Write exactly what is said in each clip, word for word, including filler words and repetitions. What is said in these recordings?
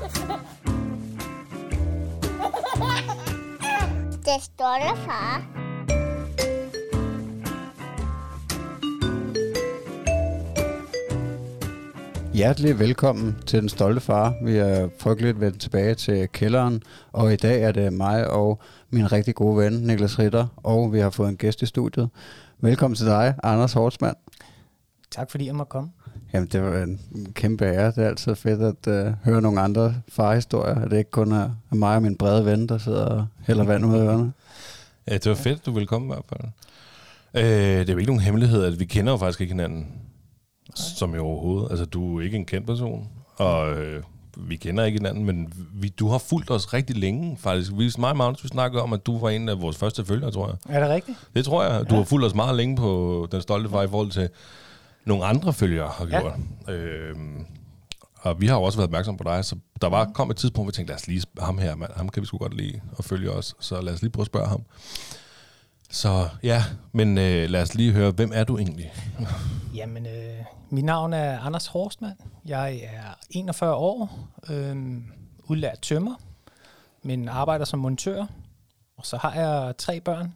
Det stolte far. Hjertelig velkommen til Den Stolte Far. Vi er frygteligt vendt tilbage til kælderen, og i dag er det mig og min rigtig gode ven, Niklas Ritter, og vi har fået en gæst i studiet. Velkommen til dig, Anders Horstmann. Tak fordi jeg måtte komme. Jamen, det var en kæmpe ære. Det er altid fedt at uh, høre nogle andre farhistorier, at det ikke kun er mig og min brede ven, der sidder og hælder vand ud af ørerne. Ja, det var fedt, du ville komme i hvert fald. Øh, det er jo ikke nogen hemmelighed, at vi kender jo faktisk ikke hinanden. Nej. Som i overhovedet. Altså, du er ikke en kendt person, og øh, vi kender ikke hinanden, men vi, du har fulgt os rigtig længe, faktisk. Vi, mig og vi snakkede om, at du var en af vores første følgere, tror jeg. Er det rigtigt? Det tror jeg. Du ja. har fulgt os meget længe på Den Stolte Far i forhold til nogle andre følgere har gjort. Ja. Øh, og vi har jo også været opmærksom på dig, så der var kom et tidspunkt, hvor vi tænkte, lad os lige ham her, mand. Ham kan vi sgu godt lide at følge os, så lad os lige prøve at spørge ham. Så ja, men øh, lad os lige høre, hvem er du egentlig? Jamen, øh, mit navn er Anders Horstmann. Jeg er enogfyrre år, øh, udlært tømrer, men arbejder som montør. Og så har jeg tre børn.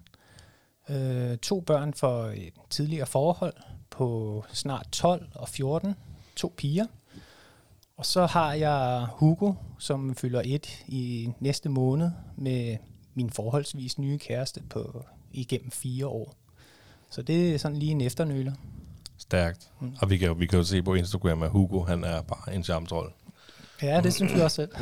Øh, to børn for et tidligere forhold på snart tolv og fjorten. To piger. Og så har jeg Hugo, som fylder et i næste måned med min forholdsvis nye kæreste på igennem fire år. Så det er sådan lige en efternøler. Stærkt. Mm. Og vi kan, jo, vi kan jo se på Instagram, at Hugo, han er bare en charmetrold. Ja, det synes vi også selv.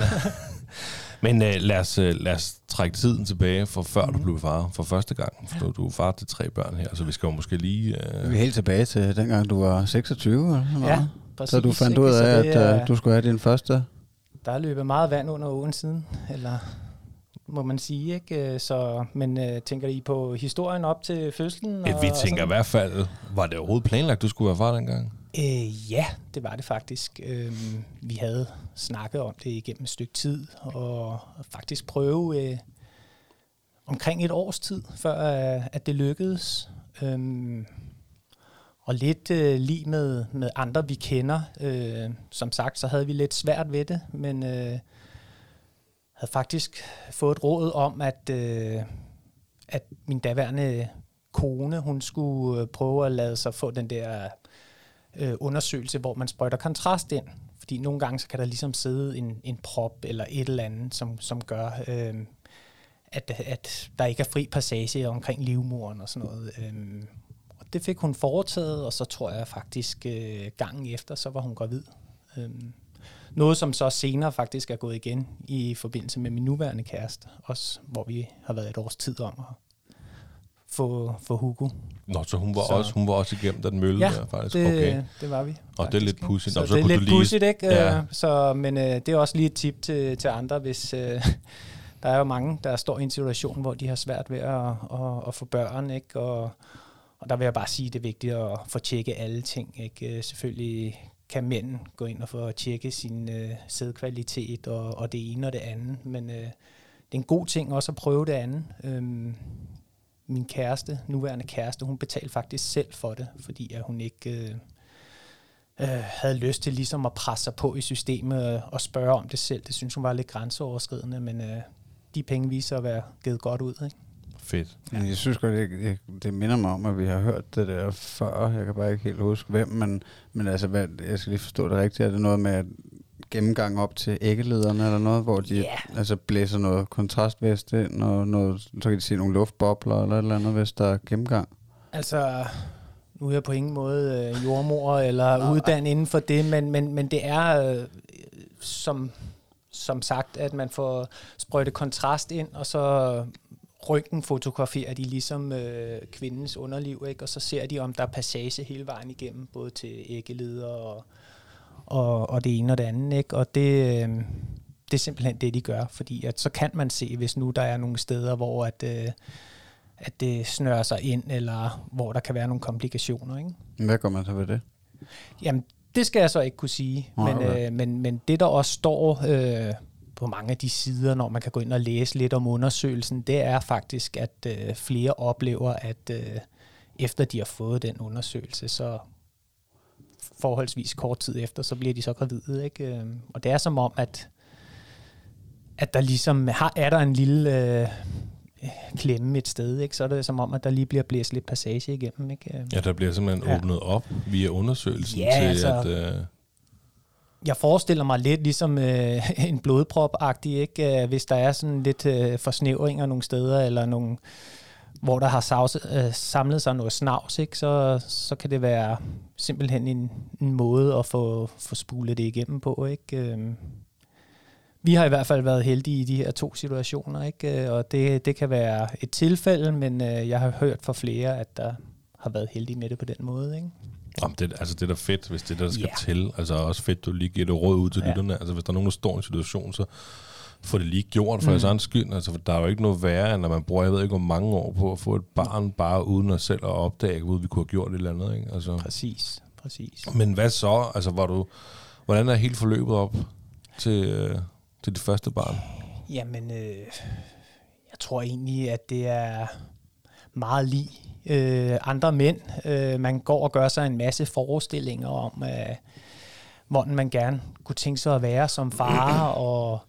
Men uh, lad, os, uh, lad os trække tiden tilbage, for før mm. du blev far for første gang. For ja. du er far til tre børn her, så vi skal jo måske lige... Uh... Vi er helt tilbage til dengang, du var seksogtyve, eller sådan ja, præcis. Så du fandt ud af, at er, du skulle have din første... Der er løbet meget vand under åen siden, eller... må man sige, ikke? Så, men øh, tænker I på historien op til fødslen? Ja, vi tænker i hvert fald, var det overhovedet planlagt, du skulle være far dengang? Øh, ja, det var det faktisk. Øh, vi havde snakket om det igennem et stykke tid, og faktisk prøve øh, omkring et års tid, før øh, at det lykkedes. Øh, og lidt øh, lige med, med andre, vi kender. Øh, som sagt, så havde vi lidt svært ved det, men... Øh, havde faktisk fået et råd om, at, øh, at min daværende kone, hun skulle øh, prøve at lade sig få den der øh, undersøgelse, hvor man sprøjter kontrast ind. Fordi nogle gange, så kan der ligesom sidde en, en prop eller et eller andet, som, som gør, øh, at, at der ikke er fri passage omkring livmoderen og sådan noget. Øh, og det fik hun foretaget, og så tror jeg faktisk øh, gangen efter, så var hun gravid. Øh, Noget, som så senere faktisk er gået igen i forbindelse med min nuværende kæreste, også hvor vi har været et års tid om at få, få Hugo. Nå, så hun var, så. Også, hun var også igennem den mølle ja, der, faktisk? Det, okay. det var vi. Og faktisk. Det er lidt pudsigt. Så, Nå, så så det er lidt lige... pudsigt, ikke? Ja. Så, men øh, det er også lige et tip til, til andre, hvis øh, der er jo mange, der står i en situation, hvor de har svært ved at, at, at få børn, ikke? Og, og der vil jeg bare sige, at det er vigtigt at få tjekket alle ting, ikke? Selvfølgelig kan mænd gå ind og få tjekket sin øh, sædkvalitet og, og det ene og det andet. Men øh, det er en god ting også at prøve det andet. Øhm, min kæreste, nuværende kæreste, hun betalte faktisk selv for det, fordi at hun ikke øh, øh, havde lyst til ligesom at presse sig på i systemet og, og spørge om det selv. Det synes hun var lidt grænseoverskridende, men øh, de penge viser at være givet godt ud, ikke? Fedt. Ja. Jeg synes godt, det, det, det minder mig om, at vi har hørt det der før. Jeg kan bare ikke helt huske, hvem, men, men altså, hvad, jeg skal lige forstå det rigtigt. Er det noget med at gennemgang op til æggelederne eller noget, hvor de yeah. altså blæser noget kontrastvæst ind, og noget, så kan de se nogle luftbobler eller et eller andet, hvis der er gennemgang? Altså, nu er jeg på ingen måde øh, jordmor eller Nå, uddannet inden for det, men, men, men det er øh, som, som sagt, at man får sprøjtet kontrast ind, og så røntgenfotograferer de ligesom øh, kvindens underliv, ikke? Og så ser de, om der er passage hele vejen igennem, både til æggeleder og, og, og det ene og det andet, ikke? Og det, øh, det er simpelthen det, de gør, fordi at så kan man se, hvis nu der er nogle steder, hvor at, øh, at det snører sig ind, eller hvor der kan være nogle komplikationer, ikke? Hvad gør man så ved det? Jamen, det skal jeg så ikke kunne sige, oh, men, okay. øh, men, men det, der også står øh, på mange af de sider, når man kan gå ind og læse lidt om undersøgelsen, det er faktisk, at øh, flere oplever, at øh, efter de har fået den undersøgelse, så forholdsvis kort tid efter, så bliver de så gravide, ikke? Og det er som om, at at der ligesom har, er der en lille øh, klemme et sted, ikke? Så er det som om, at der lige bliver blæst lidt passage igennem, ikke? Ja, der bliver simpelthen ja. åbnet op via undersøgelsen ja, til, altså, at... Øh... Jeg forestiller mig lidt ligesom øh, en blodprop-agtig, ikke? Hvis der er sådan lidt øh, forsnævringer nogle steder, eller nogle, hvor der har savse, øh, samlet sig noget snavs, ikke? Så, så kan det være simpelthen en, en måde at få, få spulet det igennem på, ikke? Øh, vi har i hvert fald været heldige i de her to situationer, ikke? Og det, det kan være et tilfælde, men øh, jeg har hørt fra flere, at der har været heldige med det på den måde, ikke? Jamen, det, altså det er da fedt, hvis det er der, der skal yeah. til. Altså også fedt, du lige giver det råd ud til ja. lytterne. Altså hvis der er nogen, der står i en situation, så får det lige gjort for mm. jeres egen skyld. Altså for der er jo ikke noget værre, end at man bruger, jeg ved ikke hvor mange år på at få et barn, bare uden at selv at opdage, ud vi kunne have gjort et eller andet. Ikke? Altså. Præcis, præcis. Men hvad så? Altså var du, hvordan er hele forløbet op til, øh, til dit første barn? Jamen, øh, jeg tror egentlig, at det er meget lige øh, andre mænd. Øh, man går og gør sig en masse forestillinger om, øh, hvordan man gerne kunne tænke sig at være som far, og,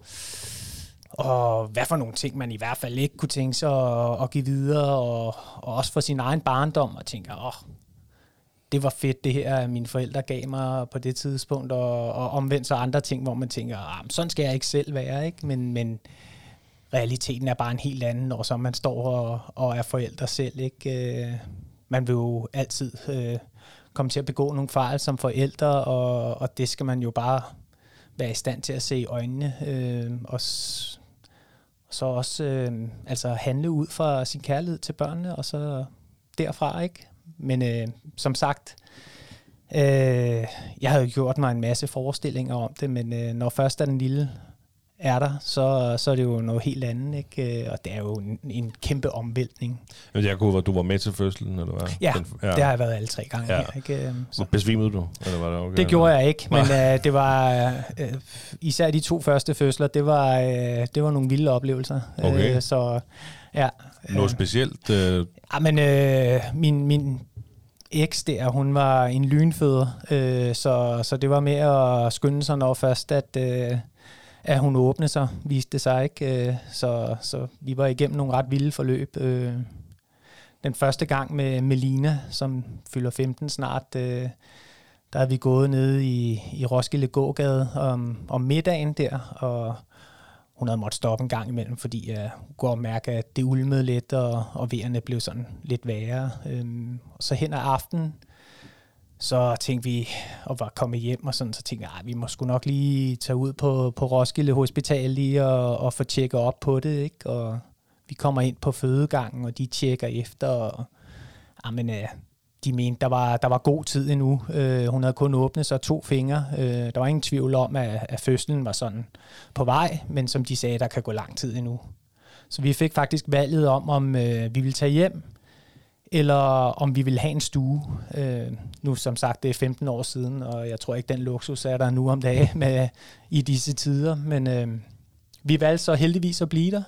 og hvad for nogle ting, man i hvert fald ikke kunne tænke sig at, at give videre, og, og også for sin egen barndom, og tænker, åh, det var fedt det her, mine forældre gav mig på det tidspunkt, og, og omvendt så andre ting, hvor man tænker, ah, sådan skal jeg ikke selv være, ikke? Men, men realiteten er bare en helt anden, når så man står og, og er forældre selv, ikke? Man vil jo altid øh, komme til at begå nogle fejl som forældre, og, og det skal man jo bare være i stand til at se i øjnene, øh, og s- så også øh, altså handle ud fra sin kærlighed til børnene, og så derfra, ikke? Men øh, som sagt, øh, jeg havde gjort mig en masse forestillinger om det, men øh, når først er den lille er der, så, så er det jo noget helt andet, ikke? Og det er jo en, en kæmpe omvæltning. Men jeg kunne, du var med til fødslen, eller hvad? Ja, Den, ja. det har jeg været alle tre gange ja. her, ikke? Så. Besvimede du? Eller var det, okay? Det gjorde jeg ikke, men øh, det var øh, især de to første fødsler, det var, øh, det var nogle vilde oplevelser. Okay. Øh, så ja. Noget øh, specielt? Øh... Ja, men øh, min, min eks der, hun var en lynføder, øh, så, så det var med at skynde sig, når først, at, øh, at hun åbnede sig, viste det sig, ikke? Øh, så, så vi var igennem nogle ret vilde forløb. Øh, den første gang med Melina, som fylder femten snart, øh, der havde vi gået nede i, i Roskilde gågade om, om middagen der, og hun havde måttet stoppe en gang imellem, fordi uh, hun kunne mærke, at det ulmede lidt, og, og vejerne blev sådan lidt værre. Øhm, og så hen ad aftenen, så tænkte vi, og var kommet hjem, og sådan, så tænkte jeg, at vi må sgu nok lige tage ud på, på Roskilde Hospital lige og, og få tjekket op på det, ikke? Og vi kommer ind på fødegangen, og de tjekker efter, og amen, uh, de mente, der var, der var god tid endnu. Uh, hun havde kun åbnet sig to fingre. Uh, der var ingen tvivl om, at, at fødslen var sådan på vej, men som de sagde, der kan gå lang tid endnu. Så vi fik faktisk valget om, om uh, vi ville tage hjem, eller om vi ville have en stue. Uh, nu som sagt, det er femten år siden, og jeg tror ikke, den luksus er der nu om dagen med, i disse tider. Men uh, vi valgte så heldigvis at blive der.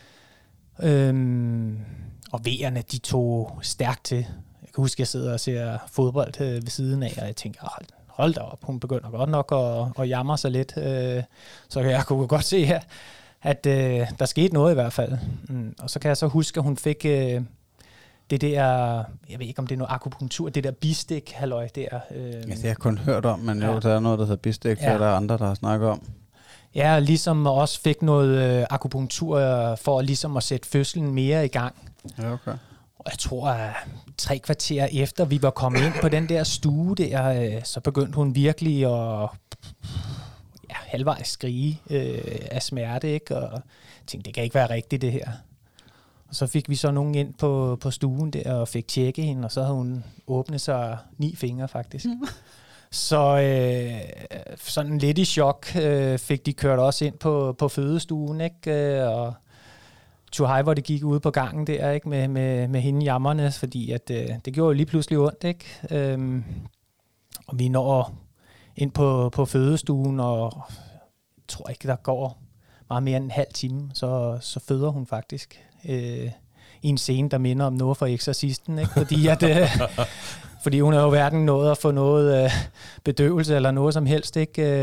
Uh, og vejerne, de tog stærkt til. Jeg kan huske, at jeg sidder og ser fodbold øh, ved siden af, og jeg tænker, hold, hold da op, hun begynder godt nok at, at jamre sig lidt. Øh, så jeg kunne godt se her, at øh, der skete noget i hvert fald. Mm, og så kan jeg så huske, at hun fik øh, det der, jeg ved ikke om det er noget akupunktur, det der bistik, halløj der. Øh, ja, det har jeg kun hørt om, men jo, ja. der er noget, der hedder bistik, ja. Der er der andre, der har snakket om. Ja, ligesom også fik noget øh, akupunktur for ligesom at sætte fødslen mere i gang. Ja, okay. Og jeg tror, at tre kvarter efter vi var kommet ind på den der stue der, så begyndte hun virkelig at ja, halvvejs skrige øh, af smerte, ikke? Og jeg tænkte, det kan ikke være rigtigt det her. Og så fik vi så nogen ind på, på stuen der og fik tjekket hende, og så havde hun åbnet sig ni fingre faktisk. Mm. Så øh, sådan lidt i chok øh, fik de kørt også ind på, på fødestuen, ikke? Og Tuhaj, hvor det gik ude på gangen der, ikke, med, med, med hende jammerne, fordi at, øh, det gjorde jo lige pludselig ondt, ikke? Øhm, og vi når ind på, på fødestuen, og jeg tror ikke, der går meget mere end en halv time, så, så føder hun faktisk øh, i en scene, der minder om noget fra Exorcisten, ikke? Fordi, at, øh, fordi hun har jo hverken nået at få noget øh, bedøvelse eller noget som helst, ikke?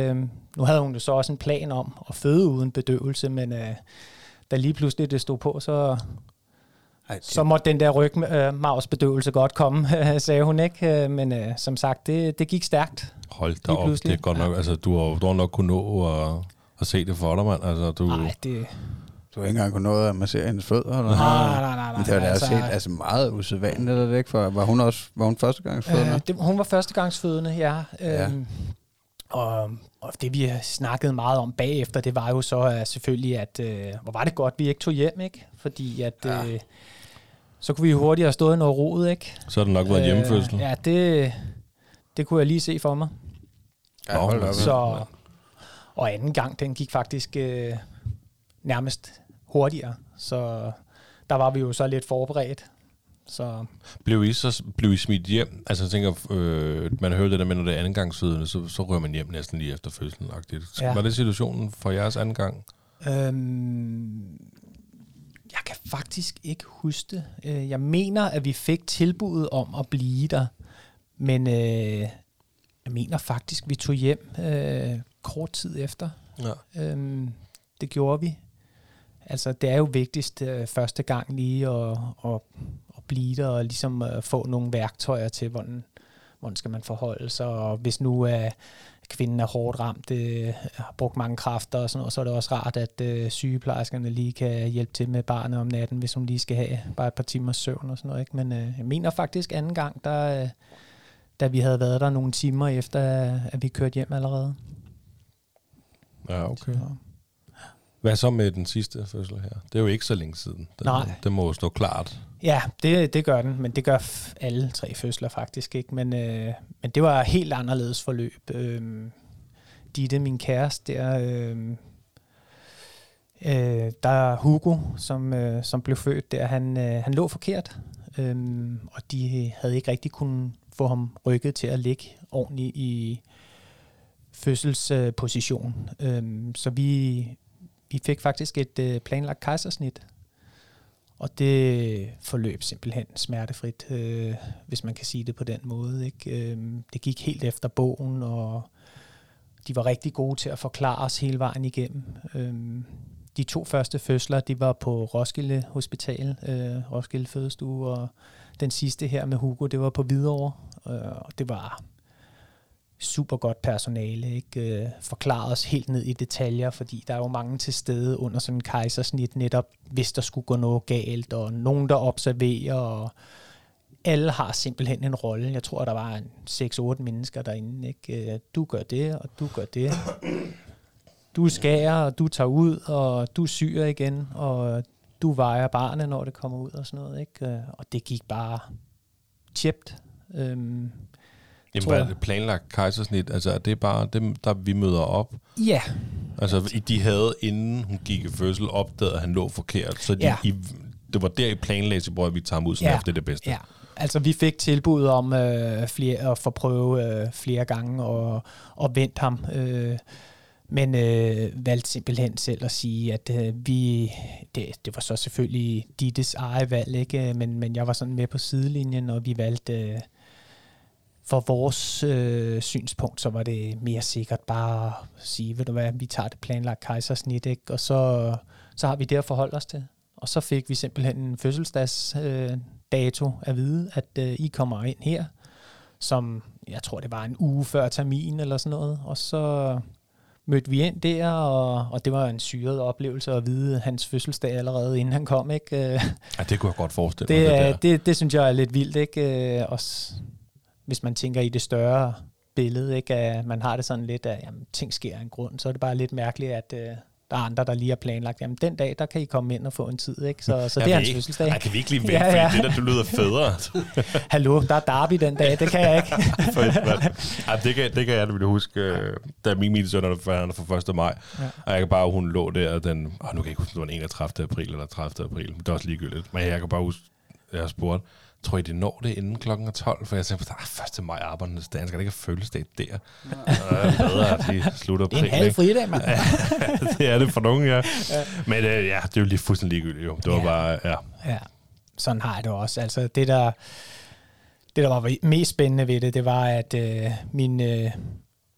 nu havde hun jo så også en plan om at føde uden bedøvelse, men øh, da lige pludselig det stod på, så, Ej, det... så måtte den der rygmavsbedøvelse godt komme, sagde hun ikke. Men øh, som sagt, det, det gik stærkt. Hold da op, det er godt nok. Ja. Altså, du har, du har nok kunnet nå at, at se det for dig, mand. Altså, du... Nej, det... Du har ikke engang kunnet nå at massere hendes fødder? Eller nej, nej, nej, nej. Men det var da altså, set altså meget usædvanligt, eller det ikke? For, var hun også var hun førstegangsfødende? Øh, det, hun var førstegangsfødende, ja. ja. Øhm, og, og det vi snakkede meget om bagefter, det var jo så uh, selvfølgelig, at øh, hvor var det godt, vi ikke tog hjem, ikke? Fordi at ja. øh, så kunne vi hurtigt have stået i noget rod, ikke? Så har det nok været øh, hjemmefødsel. Ja, det, det kunne jeg lige se for mig. Ja, hold op, så, og anden gang, den gik faktisk øh, nærmest hurtigere, så der var vi jo så lidt forberedt. Så blev I så blev I smidt hjem? Altså jeg tænker, øh, man hører det der med, når det er andengangsfødende, så, så rører man hjem næsten lige efter fødslen. Ja. Var det situationen for jeres anden gang? Øhm, jeg kan faktisk ikke huske det. Jeg mener, at vi fik tilbuddet om at blive der, men øh, jeg mener faktisk, vi tog hjem øh, kort tid efter. Ja. Øhm, det gjorde vi. Altså, det er jo vigtigst øh, første gang lige at, at, at blive der og ligesom at få nogle værktøjer til, hvordan, hvordan skal man forholde sig. Og hvis nu øh, kvinden er hårdt ramt, øh, har brugt mange kræfter og sådan noget, så er det også rart, at øh, sygeplejerskerne lige kan hjælpe til med barnet om natten, hvis hun lige skal have bare et par timers søvn og sådan noget. Ikke? Men øh, jeg mener faktisk anden gang, der, øh, da vi havde været der nogle timer efter, at vi kørte hjem allerede. Ja, okay. Så. Hvad så med den sidste fødsel her? Det er jo ikke så længe siden. Den, Nej. Det må jo stå klart. Ja, det, det gør den, men det gør f- alle tre fødsler faktisk ikke. Men, øh, men det var et helt anderledes forløb. Øh, Ditte, min kæreste, der, øh, øh, der er Hugo, som, øh, som blev født der. Han, øh, han lå forkert, øh, og de havde ikke rigtig kunnet få ham rykket til at ligge ordentligt i fødselsposition. Øh, så vi... Vi fik faktisk et øh, planlagt kejsersnit, og det forløb simpelthen smertefrit, øh, hvis man kan sige det på den måde. Ikke? Øh, det gik helt efter bogen, og de var rigtig gode til at forklare os hele vejen igennem. Øh, de to første fødsler, de var på Roskilde Hospital, øh, Roskilde Fødestue, og den sidste her med Hugo, det var på Hvidovre, øh, og det var... super godt personale, ikke? Øh, forklare os helt ned i detaljer, fordi der er jo mange til stede under sådan en kejsersnit, netop hvis der skulle gå noget galt, og nogen, der observerer, og alle har simpelthen en rolle. Jeg tror, der var en seks otte mennesker derinde, ikke? Du gør det, og du gør det. Du skærer, og du tager ud, og du syr igen, og du vejer barnet, når det kommer ud, og sådan noget, ikke? Og det gik bare tjept. Øhm, Jamen, hvad er det planlagt kejsersnit? Altså, er det bare dem, der vi møder op? Ja. Altså, de havde, inden hun gik i fødsel, opdaget, at han lå forkert. Så de, ja. i, det var der i planlæse, hvor vi tager ham ud, som ja. efter det bedste. Ja. Altså, vi fik tilbud om øh, flere, at få prøve øh, flere gange og, og vente ham. Øh, men øh, valgte simpelthen selv at sige, at øh, vi... Det, det var så selvfølgelig Dittes eget valg, ikke? Men, men jeg var sådan med på sidelinjen, og vi valgte... Øh, For vores øh, synspunkt, så var det mere sikkert bare at sige, ved du hvad, vi tager det planlagt kejsersnit, ikke? Og så, så har vi det at forholde os til. Og så fik vi simpelthen en fødselsdagsdato øh, at vide, at øh, I kommer ind her, som jeg tror, det var en uge før termin eller sådan noget. Og så mødte vi ind der, og, og det var en syret oplevelse at vide hans fødselsdag allerede, inden han kom, ikke? Ja, det kunne jeg godt forestille mig. Det, det, der. det, det synes jeg er lidt vildt, ikke? Også hvis man tænker i det større billede, ikke, at man har det sådan lidt, at jamen, ting sker af en grund, så er det bare lidt mærkeligt, at uh, der er andre, der lige har planlagt, jamen den dag, der kan I komme ind og få en tid, ikke? Så, så det er hans ikke, fødselsdag. Jeg kan virkelig vente, ja, ja. fordi det der, du lyder federe. Hallo, der er derby den dag, det kan jeg ikke. for, ja, det, kan, det kan jeg nemlig huske, da min min søn er for første maj, ja. Og jeg kan bare, hun lå der, den, åh, nu kan jeg ikke huske, det var den enogtredivte april eller tredivte april, det er også ligegyldigt, men jeg kan bare huske, jeg har spurgt, tror I, det når det inden klokken tolv? For jeg tænkte, der er første maj arbejdernes dag, skal der ikke have fødselsdag der? Ja. Så er det bedre, at de slutter april. Det er en halv fridag, mand. Ja, det er det for nogen, ja. ja. Men øh, ja, det er jo lige fuldstændig ligegyldigt, jo. Det var ja. bare, ja. Ja, sådan har jeg det også. Altså, det der, det, der var mest spændende ved det, det var, at øh, min øh,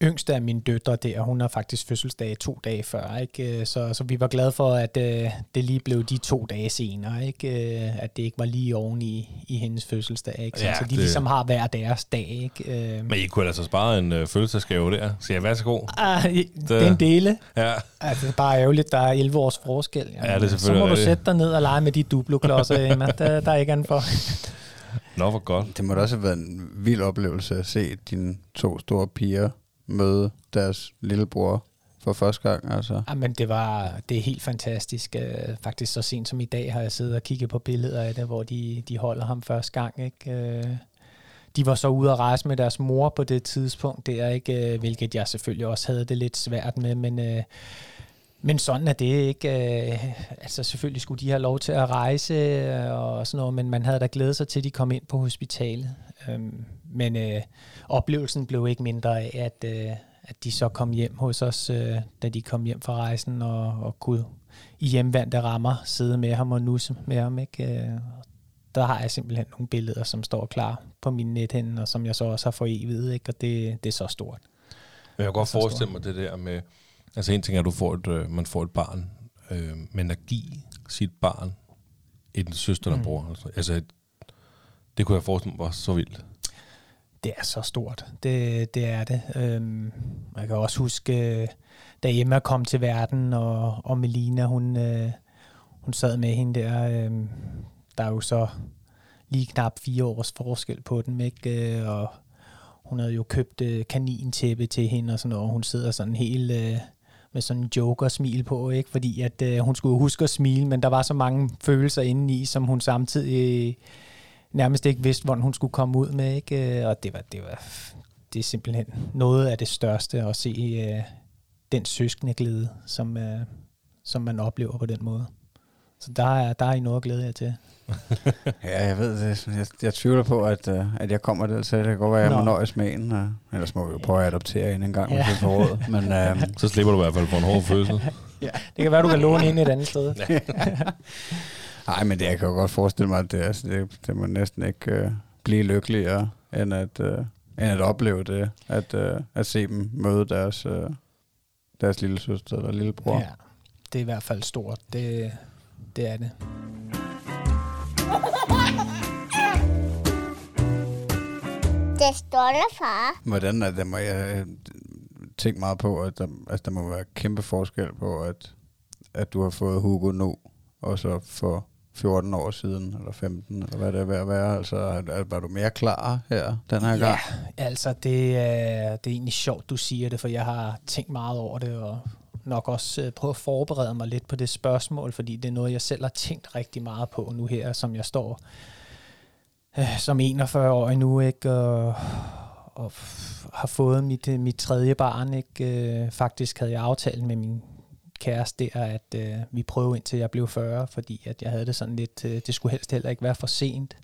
yngste af mine døtre der, hun har faktisk fødselsdag to dage før, ikke? Så, så vi var glade for, at øh, det lige blev de to dage senere, ikke? At det ikke var lige oven i, i hendes fødselsdag, ikke? Så, Ja, så de det... ligesom har hver deres dag, ikke? Men I kunne altså spare en øh, fødselsdagsgave der. Så jeg, vær så god. Ah, det er en dele. Ja. Altså, det er bare ærgerligt, der er elleve års forskel. Jamen, Ja, det er så selvfølgelig må du rigtigt. sætte dig ned og lege med de duplo-klodser, Emma. Der, der er ikke andet for. Nå, hvor godt. Det må da også have været en vild oplevelse at se dine to store piger møde deres lillebror for første gang. Altså. Jamen, det var det er helt fantastisk. Uh, faktisk så sent som i dag har jeg siddet og kigget på billeder af det, hvor de, de holder ham første gang. Ikke? Uh, de var så ude at rejse med deres mor på det tidspunkt der, ikke? Uh, hvilket jeg selvfølgelig også havde det lidt svært med, men... Uh, Men sådan er det ikke. Altså selvfølgelig skulle de have lov til at rejse og sådan noget, men man havde da glædet sig til, at de kom ind på hospitalet. Men øh, oplevelsen blev ikke mindre af, at, øh, at de så kom hjem hos os, øh, da de kom hjem fra rejsen og, og kunne i hjemvandte rammer sidde med ham og nusse med ham. Ikke? Der har jeg simpelthen nogle billeder, som står klar på min nethænde, og som jeg så også har foreviget, ikke? Og det, det er så stort. Jeg kan godt forestille mig det der med... Altså en ting er, at du får et, øh, man får et barn, øh, men at give sit barn en søster eller bror, altså, altså et, det kunne jeg forestille mig var så vildt. Det er så stort, det, det er det. Øhm, jeg kan også huske, da Emma kom til verden, og, og Melina, hun, øh, hun sad med hende der. Øh, der er jo så lige knap fire års forskel på dem, ikke? Og hun havde jo købt øh, kanintæppe til hende og sådan noget, og hun sidder sådan helt... Øh, med sådan en joker-smil på, ikke? Fordi at øh, hun skulle huske at smile, men der var så mange følelser indeni, som hun samtidig øh, nærmest ikke vidste, hvordan hun skulle komme ud med, ikke? Og det var, det var det er simpelthen noget af det største at se øh, den søskendeglæde, som, øh, som man oplever på den måde. Så der er, der er I noget at glæde jer til. Ja, jeg ved det. Jeg, jeg tvivler på, at, uh, at jeg kommer der til. Det kan godt være, at jeg må nøjes med en. Uh, ellers må vi jo prøve at adoptere en en gang, hvis vi får råd. Men, uh, så slipper du i hvert fald for en hård fødsel. Ja, det kan være, du kan låne ind et andet sted. Nej, men det, jeg kan jo godt forestille mig, at det, altså, det, det må næsten ikke uh, blive lykkeligere, end at, uh, end at opleve det. At, uh, at se dem møde deres, uh, deres lille søster eller lillebror. Ja, det er i hvert fald stort. Det, det er det. Det stolte far. Hvordan er det, må jeg tænke meget på, at der, altså, der må være kæmpe forskel på, at, at du har fået Hugo nu, og så for fjorten år siden, eller femten, eller hvad det er ved at være. Altså, er, var du mere klar her den her gang? Ja, altså, det er, det er egentlig sjovt, du siger det, for jeg har tænkt meget over det, og nok også uh, prøve at forberede mig lidt på det spørgsmål, fordi det er noget, jeg selv har tænkt rigtig meget på nu her, som jeg står uh, som enogfyrre-årig nu, ikke, og, og f- har fået mit, mit tredje barn, ikke. Uh, faktisk havde jeg aftalt med min kæreste der, at uh, vi prøvede indtil jeg blev fyrre, fordi at jeg havde det sådan lidt, uh, det skulle helst heller ikke være for sent.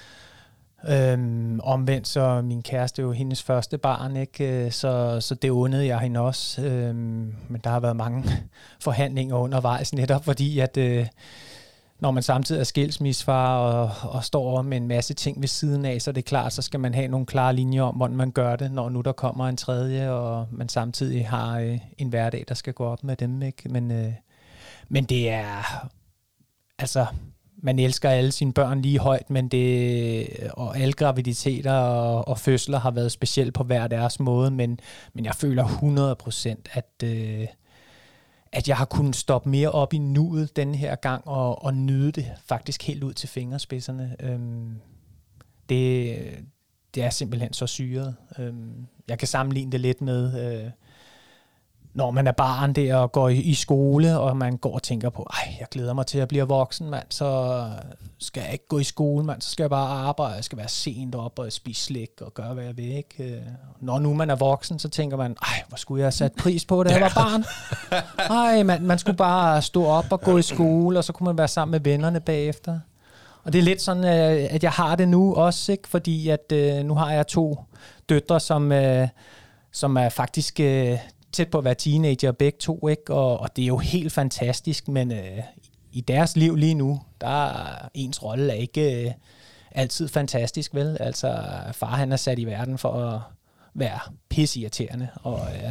Øhm, omvendt så min kæreste er jo hendes første barn, ikke? Så, så det undede jeg hende også, øhm, men der har været mange forhandlinger undervejs netop, fordi at øh, når man samtidig er skilsmissefar og, og står med en masse ting ved siden af, så er det klart, så skal man have nogle klare linjer om, hvordan man gør det, når nu der kommer en tredje, og man samtidig har øh, en hverdag, der skal gå op med dem, ikke? Men, øh, men det er altså... Man elsker alle sine børn lige højt, men det, og alle graviditeter og, og fødsler har været specielt på hver deres måde, men, men jeg føler hundrede procent, at, øh, at jeg har kunnet stoppe mere op i nuet denne her gang, og, og nyde det faktisk helt ud til fingerspidserne. Øhm, det, det er simpelthen så syret. Øhm, jeg kan sammenligne det lidt med... Øh, når man er barn der og går i, i skole, og man går og tænker på, ej, jeg glæder mig til at blive voksen, mand, så skal jeg ikke gå i skole, mand, så skal jeg bare arbejde, jeg skal være sent op og spise slik og gøre, hvad jeg vil, ikke? Når nu man er voksen, så tænker man, ej, hvor skulle jeg have sat pris på det, jeg var barn? Ej, mand, man skulle bare stå op og gå i skole, og så kunne man være sammen med vennerne bagefter. Og det er lidt sådan, at jeg har det nu også, ikke? Fordi at nu har jeg to døtre, som, som er faktisk... tæt på at være teenager begge to, ikke? Og, og det er jo helt fantastisk, men øh, i deres liv lige nu, der er ens rolle er ikke øh, altid fantastisk, vel? Altså, far han er sat i verden for at være pisseirriterende. Og, øh,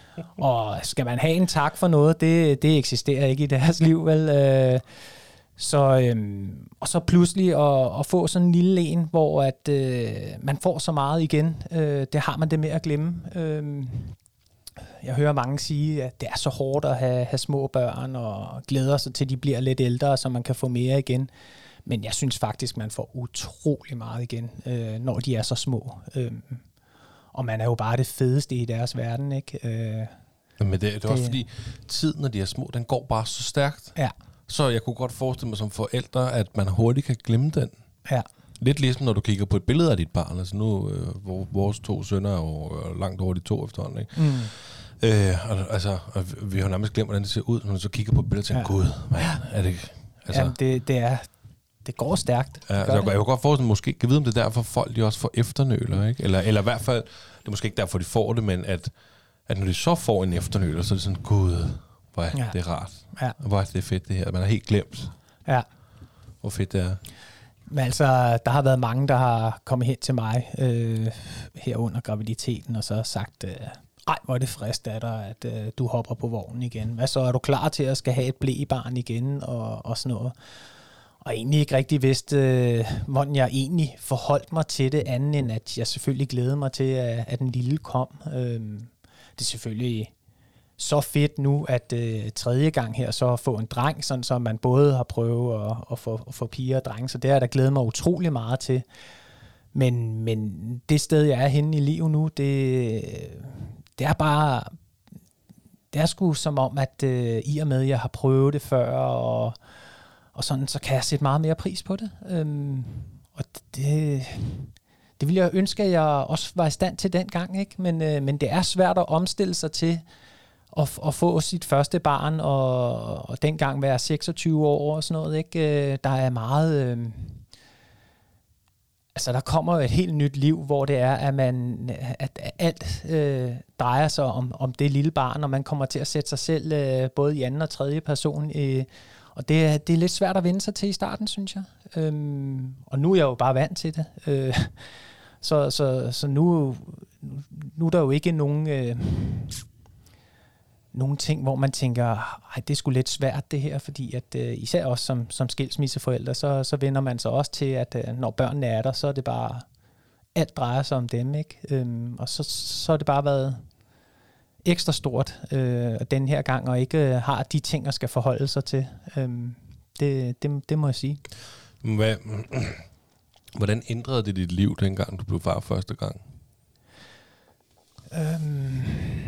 og skal man have en tak for noget, det, det eksisterer ikke i deres liv, vel? Øh, så, øh, og så pludselig at, at få sådan en lille en, hvor at, øh, man får så meget igen. Øh, det har man det med at glemme. Øh, Jeg hører mange sige, at det er så hårdt at have, have små børn, og glæder sig til, at de bliver lidt ældre, så man kan få mere igen. Men jeg synes faktisk, man får utrolig meget igen, øh, når de er så små. Øh, og man er jo bare det fedeste i deres verden, ikke? Øh, Men det, det er også fordi, tiden, når de er små, den går bare så stærkt. Ja. Så jeg kunne godt forestille mig som forældre, at man hurtigt kan glemme den. Ja. Lidt ligesom når du kigger på et billede af dit barn. Altså nu, øh, vores to sønner er jo langt over de to efterhånden, ikke? Mm. Øh, og, altså, og vi har nærmest glemt, hvordan det ser ud, når du så kigger på et billede og tænker, ja. Gud, man, er det... Altså, Jamen, det, det, er, det går stærkt. Ja, altså, jeg, jeg kunne godt forestille mig, måske, kan vide, om det er derfor, folk de også får efternøler, ikke? Eller, eller i hvert fald, det er måske ikke derfor, de får det, men at, at når de så får en efternøler, så er det sådan, Gud, hvor er ja. det rart. Ja. Hvor er det fedt, det her. Man har helt glemt, ja. hvor fedt det er. Men altså, der har været mange, der har kommet hen til mig øh, her under graviditeten, og så har sagt... Øh, ej, hvor er det frisk af dig, at øh, du hopper på vognen igen. Hvad så, er du klar til at skal have et blæbarn igen, og, og sådan noget? Og egentlig ikke rigtig vidste, øh, hvordan jeg egentlig forholdt mig til det, anden end at jeg selvfølgelig glædede mig til, at, at den lille kom. Øh, det er selvfølgelig så fedt nu, at øh, tredje gang her, så at få en dreng, sådan så man både har prøvet at, at, få, at få piger og drenge, så det har jeg da glædet mig utrolig meget til. Men, men det sted, jeg er henne i livet nu, det... Det er bare, det er sgu som om, at øh, i og med, at jeg har prøvet det før, og, og sådan, så kan jeg sætte meget mere pris på det. Øhm, og det, det ville jeg ønske, at jeg også var i stand til dengang, ikke? Men, øh, men det er svært at omstille sig til at, at få sit første barn, og, og dengang være seksogtyve år og sådan noget, ikke? Der er meget... Øh, Altså, der kommer jo et helt nyt liv, hvor det er, at, man, at alt øh, drejer sig om, om det lille barn, og man kommer til at sætte sig selv øh, både i anden og tredje person. Øh, og det, det er lidt svært at vende sig til i starten, synes jeg. Øhm, og nu er jeg jo bare vant til det. Øh, så så, så nu, nu er der jo ikke nogen... Øh, nogle ting, hvor man tænker, ej, det er sgu lidt svært det her, fordi at øh, især også som, som skilsmisseforældre, så, så vender man sig også til, at øh, når børnene er der, så er det bare, alt drejer sig om dem, ikke? Øhm, og så, så har det bare været ekstra stort øh, den her gang, og ikke øh, har de ting, at skal forholde sig til. Øhm, det, det, det må jeg sige. Hvad, hvordan ændrede det dit liv, dengang du blev far første gang? Øhm...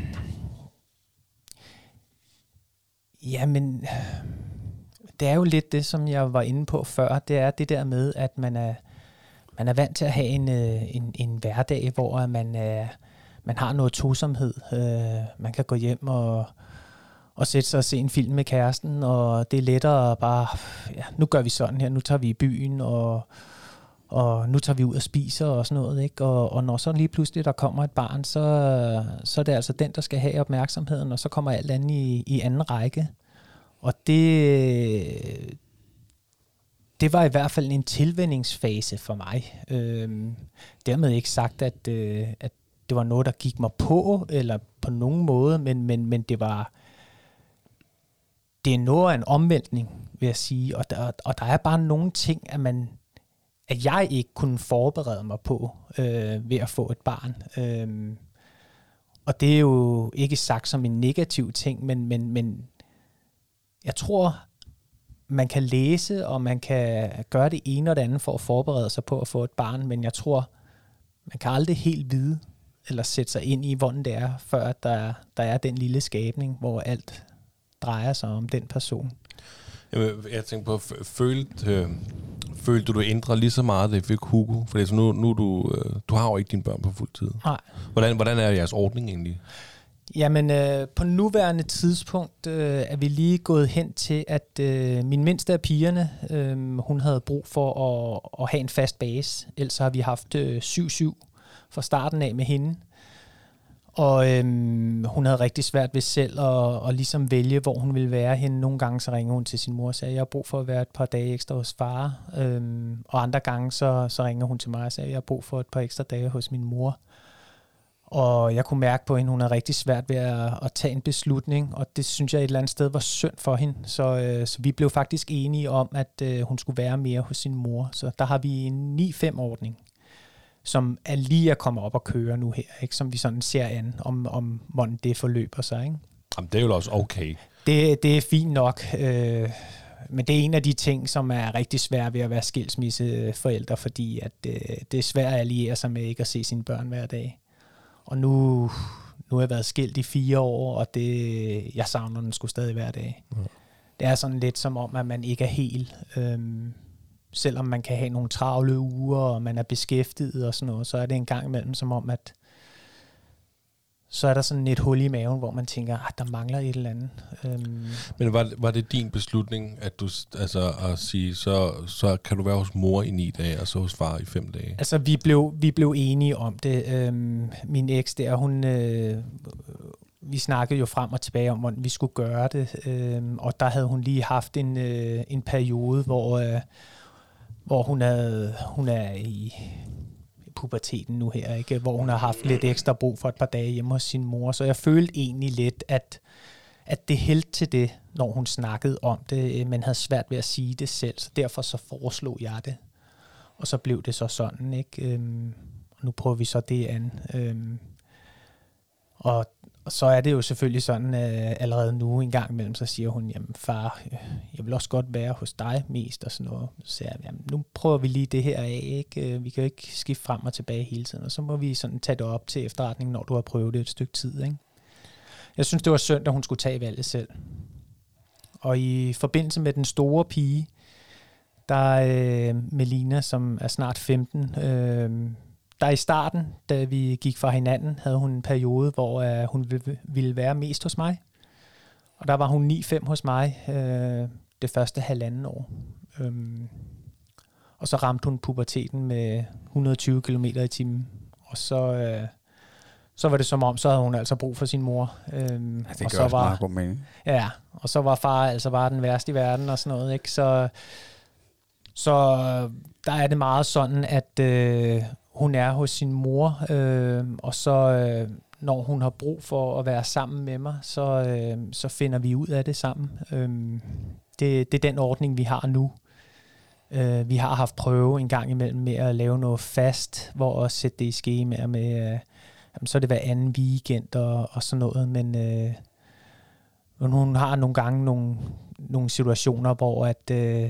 Jamen, det er jo lidt det, som jeg var inde på før. Det er det der med, at man er, man er vant til at have en, en, en hverdag, hvor man, er, man har noget tosomhed. Man kan gå hjem og, og sætte sig og se en film med kæresten, og det er lettere bare, ja, nu gør vi sådan her, nu tager vi i byen, og, og nu tager vi ud og spiser og sådan noget, ikke? Og, og når så lige pludselig der kommer et barn, så, så er det altså den, der skal have opmærksomheden, og så kommer alt andet i, i anden række. Og det, det var i hvert fald en tilvændingsfase for mig. Øhm, dermed ikke sagt, at, øh, at det var noget, der gik mig på, eller på nogen måde, men, men, men det var det er noget af en omvæltning, vil jeg sige. Og der, og der er bare nogle ting, at man at jeg ikke kunne forberede mig på øh, ved at få et barn. Øhm, og det er jo ikke sagt som en negativ ting, men, men, men jeg tror, man kan læse, og man kan gøre det ene og det andet for at forberede sig på at få et barn, men jeg tror, man kan aldrig helt vide, eller sætte sig ind i, hvordan det er, før der, der er den lille skabning, hvor alt drejer sig om den person. Jamen, jeg tænker på, følte, øh, følte du, du ændrede lige så meget, da I fik Hugo? For altså nu, nu du, øh, du har jo ikke dine børn på fuld tid. Nej. Hvordan, hvordan er jeres ordning egentlig? Jamen, øh, på nuværende tidspunkt øh, er vi lige gået hen til, at øh, min mindste af pigerne, øh, hun havde brug for at, at have en fast base. Ellers har vi haft øh, syv syv fra starten af med hende. Og øhm, hun havde rigtig svært ved selv at, at ligesom vælge, hvor hun ville være henne. Nogle gange så ringer hun til sin mor og sagde, jeg har brug for at være et par dage ekstra hos far. Øhm, og andre gange så, så ringer hun til mig og sagde, jeg har brug for et par ekstra dage hos min mor. Og jeg kunne mærke på hende, hun er rigtig svært ved at, at tage en beslutning, og det synes jeg et eller andet sted var synd for hende. Så, øh, så vi blev faktisk enige om, at øh, hun skulle være mere hos sin mor. Så der har vi en ni fem-ordning, som er lige at komme op og køre nu her, ikke? Som vi sådan ser an, om, om hvordan det forløber sig. Ikke? Jamen, det er jo også okay. Det, det er fint nok, øh, men det er en af de ting, som er rigtig svært ved at være skilsmisseforældre, fordi at, øh, det er svært at alliere sig med ikke at se sine børn hver dag. Og nu, nu har jeg været skilt i fire år, og det, jeg savner den sgu stadig hver dag. Ja. Det er sådan lidt som om, at man ikke er helt... Øhm, selvom man kan have nogle travle uger, og man er beskæftiget og sådan noget, så er det en gang imellem som om, at så er der sådan et hul i maven, hvor man tænker, at der mangler et eller andet. Øhm. Men var, var det din beslutning, at du altså at sige, så, så kan du være hos mor i ni dage, og så hos far i fem dage? Altså, vi blev, vi blev enige om det. Øhm, min eks der, hun... Øh, vi snakkede jo frem og tilbage om, hvordan vi skulle gøre det, øhm, og der havde hun lige haft en, øh, en periode, hvor, øh, hvor hun, havde, hun er i puberteten nu her, ikke? Hvor hun har haft lidt ekstra brug for et par dage hjemme hos sin mor. Så jeg følte egentlig lidt, at, at det hældte til det, når hun snakkede om det, men havde svært ved at sige det selv. Så derfor så foreslog jeg det. Og så blev det så sådan, ikke? Øhm, og nu prøver vi så det an. Øhm, og Og så er det jo selvfølgelig sådan, øh, allerede nu en gang imellem, så siger hun, jamen far, øh, jeg vil også godt være hos dig mest, og sådan noget. Så siger jeg, jamen nu prøver vi lige det her af, ikke? Vi kan jo ikke skifte frem og tilbage hele tiden, og så må vi sådan tage det op til efterretning, når du har prøvet det et stykke tid, ikke? Jeg synes, det var synd, at hun skulle tage valget selv. Og i forbindelse med den store pige, der er øh, Melina, som er snart femten, øh, der i starten, da vi gik fra hinanden, havde hun en periode, hvor uh, hun ville være mest hos mig. Og der var hun ni fem hos mig uh, det første halvanden år. Um, og så ramte hun puberteten med et hundrede og tyve kilometer i timen. Og så, uh, så var det som om, så havde hun altså brug for sin mor. Um, ja, det og gør så også var, meget god mening. Ja, og så var far altså bare den værste i verden og sådan noget, ikke? Så, så der er det meget sådan, at... Uh, hun er hos sin mor, øh, og så øh, når hun har brug for at være sammen med mig, så, øh, så finder vi ud af det sammen. Øh, det, det er den ordning, vi har nu. Øh, vi har haft prøve en gang imellem med at lave noget fast, hvor at sætte det i skemaer med, øh, jamen, så er det hver anden weekend og, og sådan noget, men øh, hun har nogle gange nogle, nogle situationer, hvor at... Øh,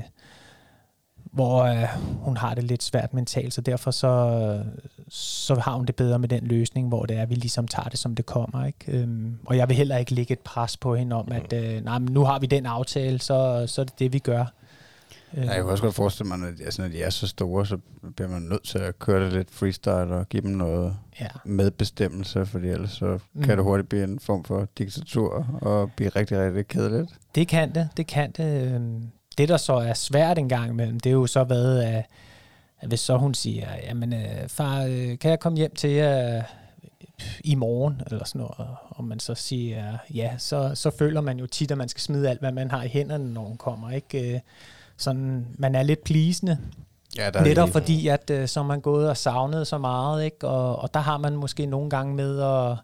hvor øh, hun har det lidt svært mentalt, så derfor så, så har hun det bedre med den løsning, hvor det er, at vi ligesom tager det, som det kommer, ikke? Øhm, og jeg vil heller ikke lægge et pres på hende om, at øh, nej, men nu har vi den aftale, så, så er det det, vi gør. Ja, jeg kan også godt forestille mig, at altså, når de er så store, så bliver man nødt til at køre det lidt freestyle og give dem noget ja. medbestemmelse, fordi ellers så mm. kan det hurtigt blive en form for diktatur og blive rigtig, rigtig kedeligt. Det kan det, det kan det. Det, der så er svært en gang imellem, det er jo så været, at, at hvis så hun siger, jamen øh, far, øh, kan jeg komme hjem til jer øh, i morgen, eller sådan noget, og man så siger ja, så, så føler man jo tit, at man skal smide alt, hvad man har i hænderne, når hun kommer, ikke? Sådan, man er lidt pleasende, ja, netop lige... fordi, at øh, så er man gået og savnet så meget, ikke? Og, og der har man måske nogle gange med at...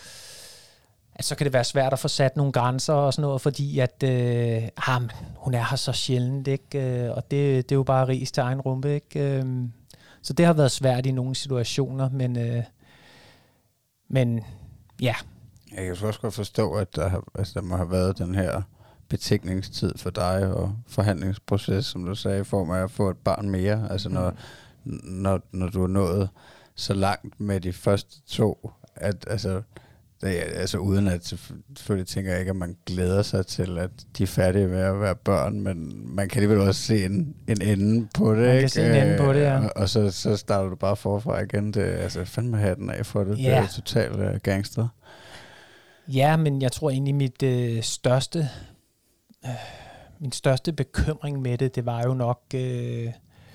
at så kan det være svært at få sat nogle grænser og sådan noget, fordi at øh, ah, hun er her så sjældent, ikke? Og det, det er jo bare ris til egen rumpe, ikke? Så det har været svært i nogle situationer, men, øh, men ja. Jeg kan også godt forstå, at der, har, altså, der må have været den her betænkningstid for dig og forhandlingsproces, som du sagde, i form af at få et barn mere. Altså når, mm. når, når du er nået så langt med de første to, at altså... Det er, altså uden at selvfølgelig tænker jeg ikke, at man glæder sig til, at de er færdige med at være børn, men man kan alligevel også se en, en ende på det, man ikke? kan se en ende på det, ja. Og, og så, så starter du bare forfra igen. Det, altså fandme hatten af for det. Ja. Det er totalt uh, gangster. Ja, men jeg tror egentlig mit øh, største øh, min største bekymring med det, det var jo nok øh,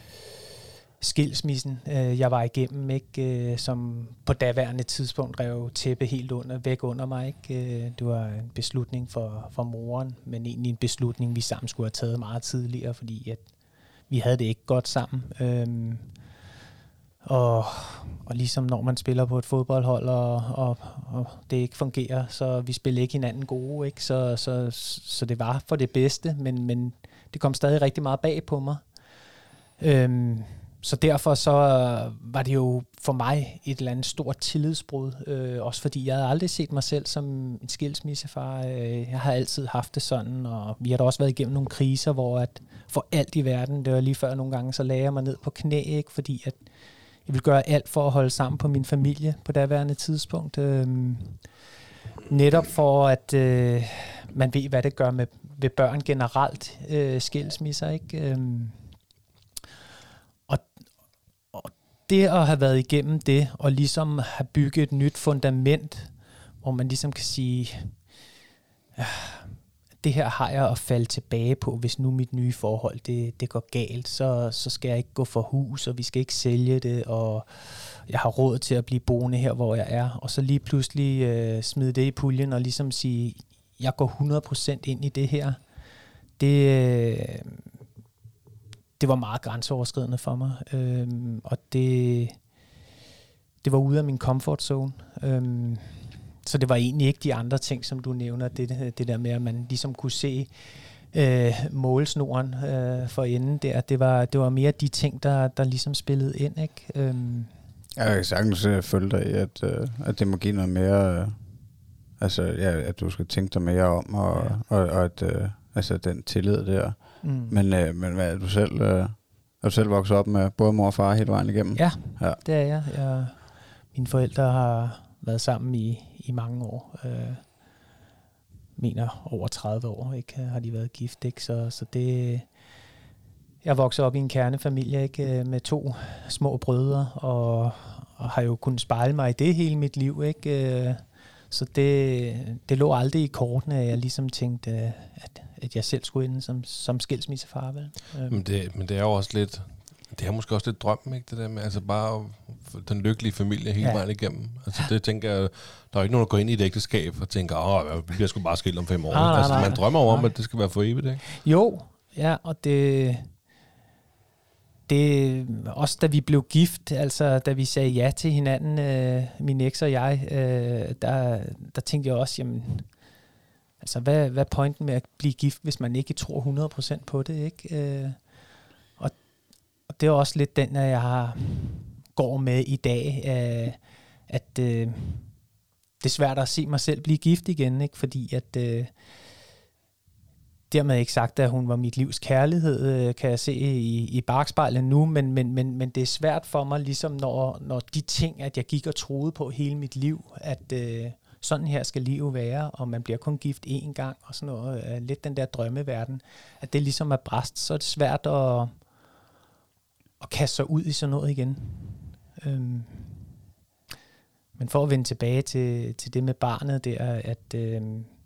skilsmissen, øh, jeg var igennem, ikke, øh, som på daværende tidspunkt rev tæppe helt under, væk under mig. Ikke? Øh, det var en beslutning for, for moren, men egentlig en beslutning, vi sammen skulle have taget meget tidligere, fordi at vi havde det ikke godt sammen. Øh, Og, og ligesom når man spiller på et fodboldhold, og, og, og det ikke fungerer, så vi spiller ikke hinanden gode, ikke? Så, så, så det var for det bedste, men, men det kom stadig rigtig meget bag på mig. Øhm, så derfor så var det jo for mig et eller andet stort tillidsbrud, øh, også fordi jeg havde aldrig set mig selv som en skilsmissefar. Jeg har altid haft det sådan, og vi har da også været igennem nogle kriser, hvor at for alt i verden, det var lige før nogle gange, så lagde jeg mig ned på knæ, ikke? Fordi at jeg ville gøre alt for at holde sammen på min familie på daværende tidspunkt. Øhm, netop for, at øh, man ved, hvad det gør med, med børn generelt, øh, skilsmisser, ikke? Øhm, og, og det at have været igennem det, og ligesom have bygget et nyt fundament, hvor man ligesom kan sige, ja, det her har jeg at falde tilbage på, hvis nu mit nye forhold, det, det går galt, så, så skal jeg ikke gå for hus, og vi skal ikke sælge det, og jeg har råd til at blive boende her, hvor jeg er, og så lige pludselig øh, smide det i puljen, og ligesom sige, jeg går hundrede procent ind i det her. Det, øh, det var meget grænseoverskridende for mig, øhm, og det, det var ude af min comfort zone. Øhm, Så det var egentlig ikke de andre ting, som du nævner, det, det der med, at man ligesom kunne se øh, målsnoren øh, for enden der. Det var, det var mere de ting, der, der ligesom spillede ind, ikke? Øhm. Jeg kan sagtens uh, følge dig i, at, uh, at det må give noget mere, uh, altså ja, at du skal tænke dig mere om, og, ja. og, og at uh, altså den tillid der. Mm. Men, uh, men hvad er du selv, uh, er du selv vokset op med både mor og far hele vejen igennem? Ja, ja. Det er jeg. jeg. Mine forældre har været sammen i, i mange år. Øh, mener over tredive år, ikke, har de været gift, ikke? Så, så det... Jeg voksede op i en kernefamilie, ikke, med to små brødre, og, og har jo kunnet spejle mig i det hele mit liv, ikke? Så det, det lå aldrig i kortene, at jeg ligesom tænkte, at, at jeg selv skulle ind som, som skilsmissefar, vel? Men det, men det er jo også lidt... Det er måske også lidt drømmen, ikke, det der med, altså bare den lykkelige familie hele ja. vejen igennem. Altså det tænker jeg, der er ikke nogen, der går ind i et ægteskab og tænker, åh, vi bliver sgu bare skilt om fem år. Nej, nej, altså nej, man drømmer over, nej. at det skal være for evigt, ikke? Jo, ja, og det... Det også da vi blev gift, altså da vi sagde ja til hinanden, øh, min eks og jeg, øh, der, der tænkte jeg også, jamen, altså hvad, hvad er pointen med at blive gift, hvis man ikke tror hundrede procent på det, ikke? Øh, og, og det er også lidt den, jeg har, går med i dag, øh, at øh, det er svært at se mig selv blive gift igen, ikke? Fordi at øh, dermed ikke sagt, at hun var mit livs kærlighed, kan jeg se i, i bakspejlet nu, men, men, men, men det er svært for mig, ligesom når, når de ting, at jeg gik og troede på hele mit liv, at øh, sådan her skal livet være, og man bliver kun gift én gang, og sådan noget, øh, lidt den der drømmeverden, at det ligesom er brast, så er det svært at, at kaste sig ud i sådan noget igen. Øhm. Men for at vende tilbage til, til det med barnet der, at... Øh,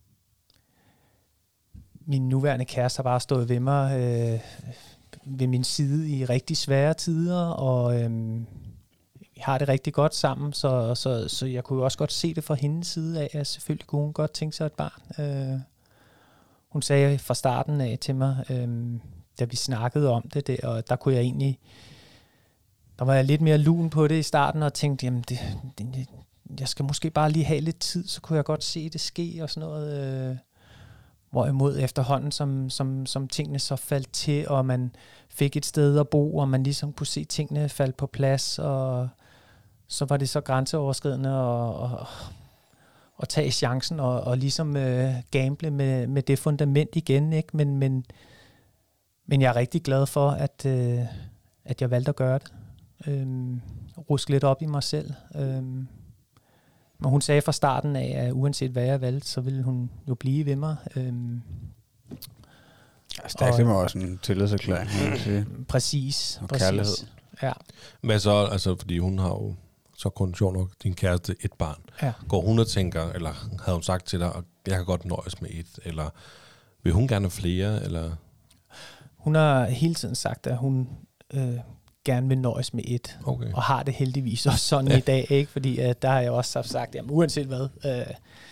min nuværende kæreste har bare stået ved mig, øh, ved min side i rigtig svære tider, og øh, vi har det rigtig godt sammen, så, så, så jeg kunne jo også godt se det fra hendes side af, at selvfølgelig kunne hun godt tænke sig et barn. Øh, hun sagde fra starten af til mig, øh, da vi snakkede om det, det, og der kunne jeg egentlig, der var jeg lidt mere lun på det i starten, og tænkte, jamen det, det, jeg skal måske bare lige have lidt tid, så kunne jeg godt se det ske, og sådan noget. Øh, Hvorimod efterhånden, som, som, som tingene så faldt til, og man fik et sted at bo, og man ligesom kunne se tingene falde på plads, og så var det så grænseoverskridende at, at, at tage chancen og, og ligesom uh, gamble med, med det fundament igen, ikke? Men, men, men jeg er rigtig glad for, at, uh, at jeg valgte at gøre det. Um, ruske lidt op i mig selv. Um, Men hun sagde fra starten af, at uanset hvad jeg valgte, så ville hun jo blive ved mig. Øhm, altså, der er også en tillidserklæring, kan man sige. Præcis. Og præcis. kærlighed. Ja. Men så, altså, fordi hun har jo så kun sjov nok din kæreste et barn. Ja. Går hun og tænker, eller havde hun sagt til dig, at jeg kan godt nøjes med et, eller vil hun gerne have flere, eller? Hun har hele tiden sagt, at hun... Øh, gerne vil nøjes med et, okay. og har det heldigvis også sådan ja. i dag, ikke? Fordi uh, der har jeg også sagt, at uanset hvad, uh,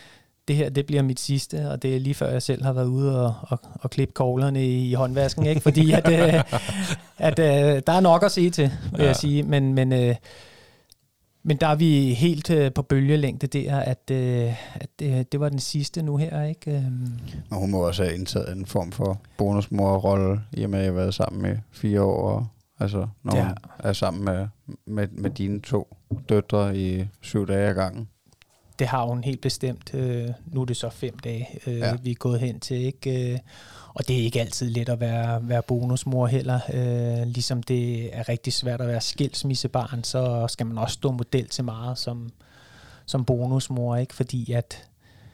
det her, det bliver mit sidste, og det er lige før jeg selv har været ude og, og, og klippe koglerne i, i håndvasken, ikke? Fordi at, øh, at øh, der er nok at se til, vil ja. jeg sige, men, men, øh, men der er vi helt øh, på bølgelængde der, at, øh, at det, det var den sidste nu her, ikke? Og hun må også have indtaget en form for bonusmor-rolle, i og med at jeg har været sammen med fire år, og, altså når ja. hun er sammen med, med, med dine to døtre i syv dage ad gangen. Det har hun helt bestemt. Øh, nu er det så fem dage, øh, ja. vi er gået hen til, ikke? Øh, og det er ikke altid let at være, være bonusmor heller. Øh, ligesom det er rigtig svært at være skilsmissebarn, så skal man også stå model til meget som, som bonusmor, ikke? Fordi at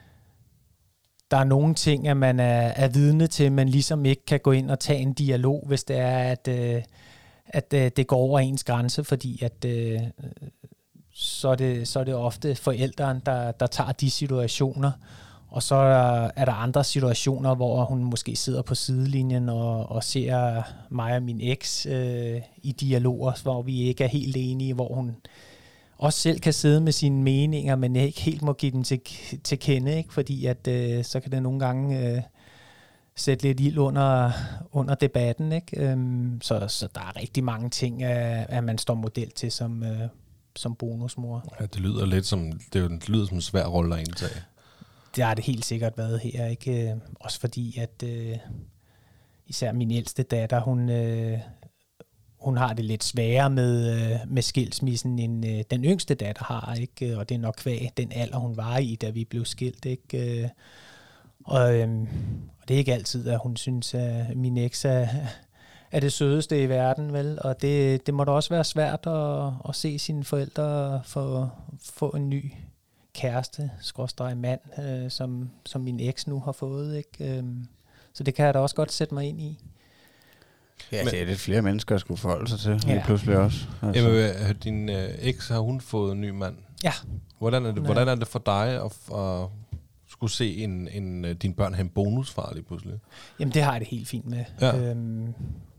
der er nogle ting, at man er, er vidne til, man ligesom ikke kan gå ind og tage en dialog, hvis det er, at, øh, at øh, det går over ens grænse, fordi at øh, så, er det, så er det ofte forældrene, der, der tager de situationer, og så er, er der andre situationer, hvor hun måske sidder på sidelinjen og, og ser mig og min eks øh, i dialoger, hvor vi ikke er helt enige, hvor hun også selv kan sidde med sine meninger, men ikke helt må give dem til, til kende, ikke? Fordi at, øh, så kan det nogle gange øh, sætte lidt ild under, under debatten, ikke? Øhm, så, så der er rigtig mange ting, at, at man står model til som, øh, som bonusmor. Ja, det lyder lidt som, det, jo, det lyder som en svær rolle at indtage. Det har det helt sikkert været her, ikke? Også fordi, at øh, især min ældste datter, hun... Øh, Hun har det lidt sværere med, med skilsmissen, end øh, den yngste datter har, ikke? Og det er nok kvæg den alder, hun var i, da vi blev skilt, ikke? Og, øhm, og det er ikke altid, at hun synes, at min eks er, er det sødeste i verden, vel? Og det, det må da også være svært at, at se sine forældre få, få en ny kæreste, skråstreg mand, øh, som, som min eks nu har fået, ikke? Så det kan jeg da også godt sætte mig ind i. Ja, men det er lidt flere mennesker, der skulle forholde sig til, ja. lige pludselig også. Altså. Jamen, din øh, eks, har hun fået en ny mand? Ja. Hvordan er det, hvordan er det for dig at, at skulle se en, en, din børn have en bonusfar lige pludselig? Jamen, det har jeg det helt fint med. Ja. Øhm,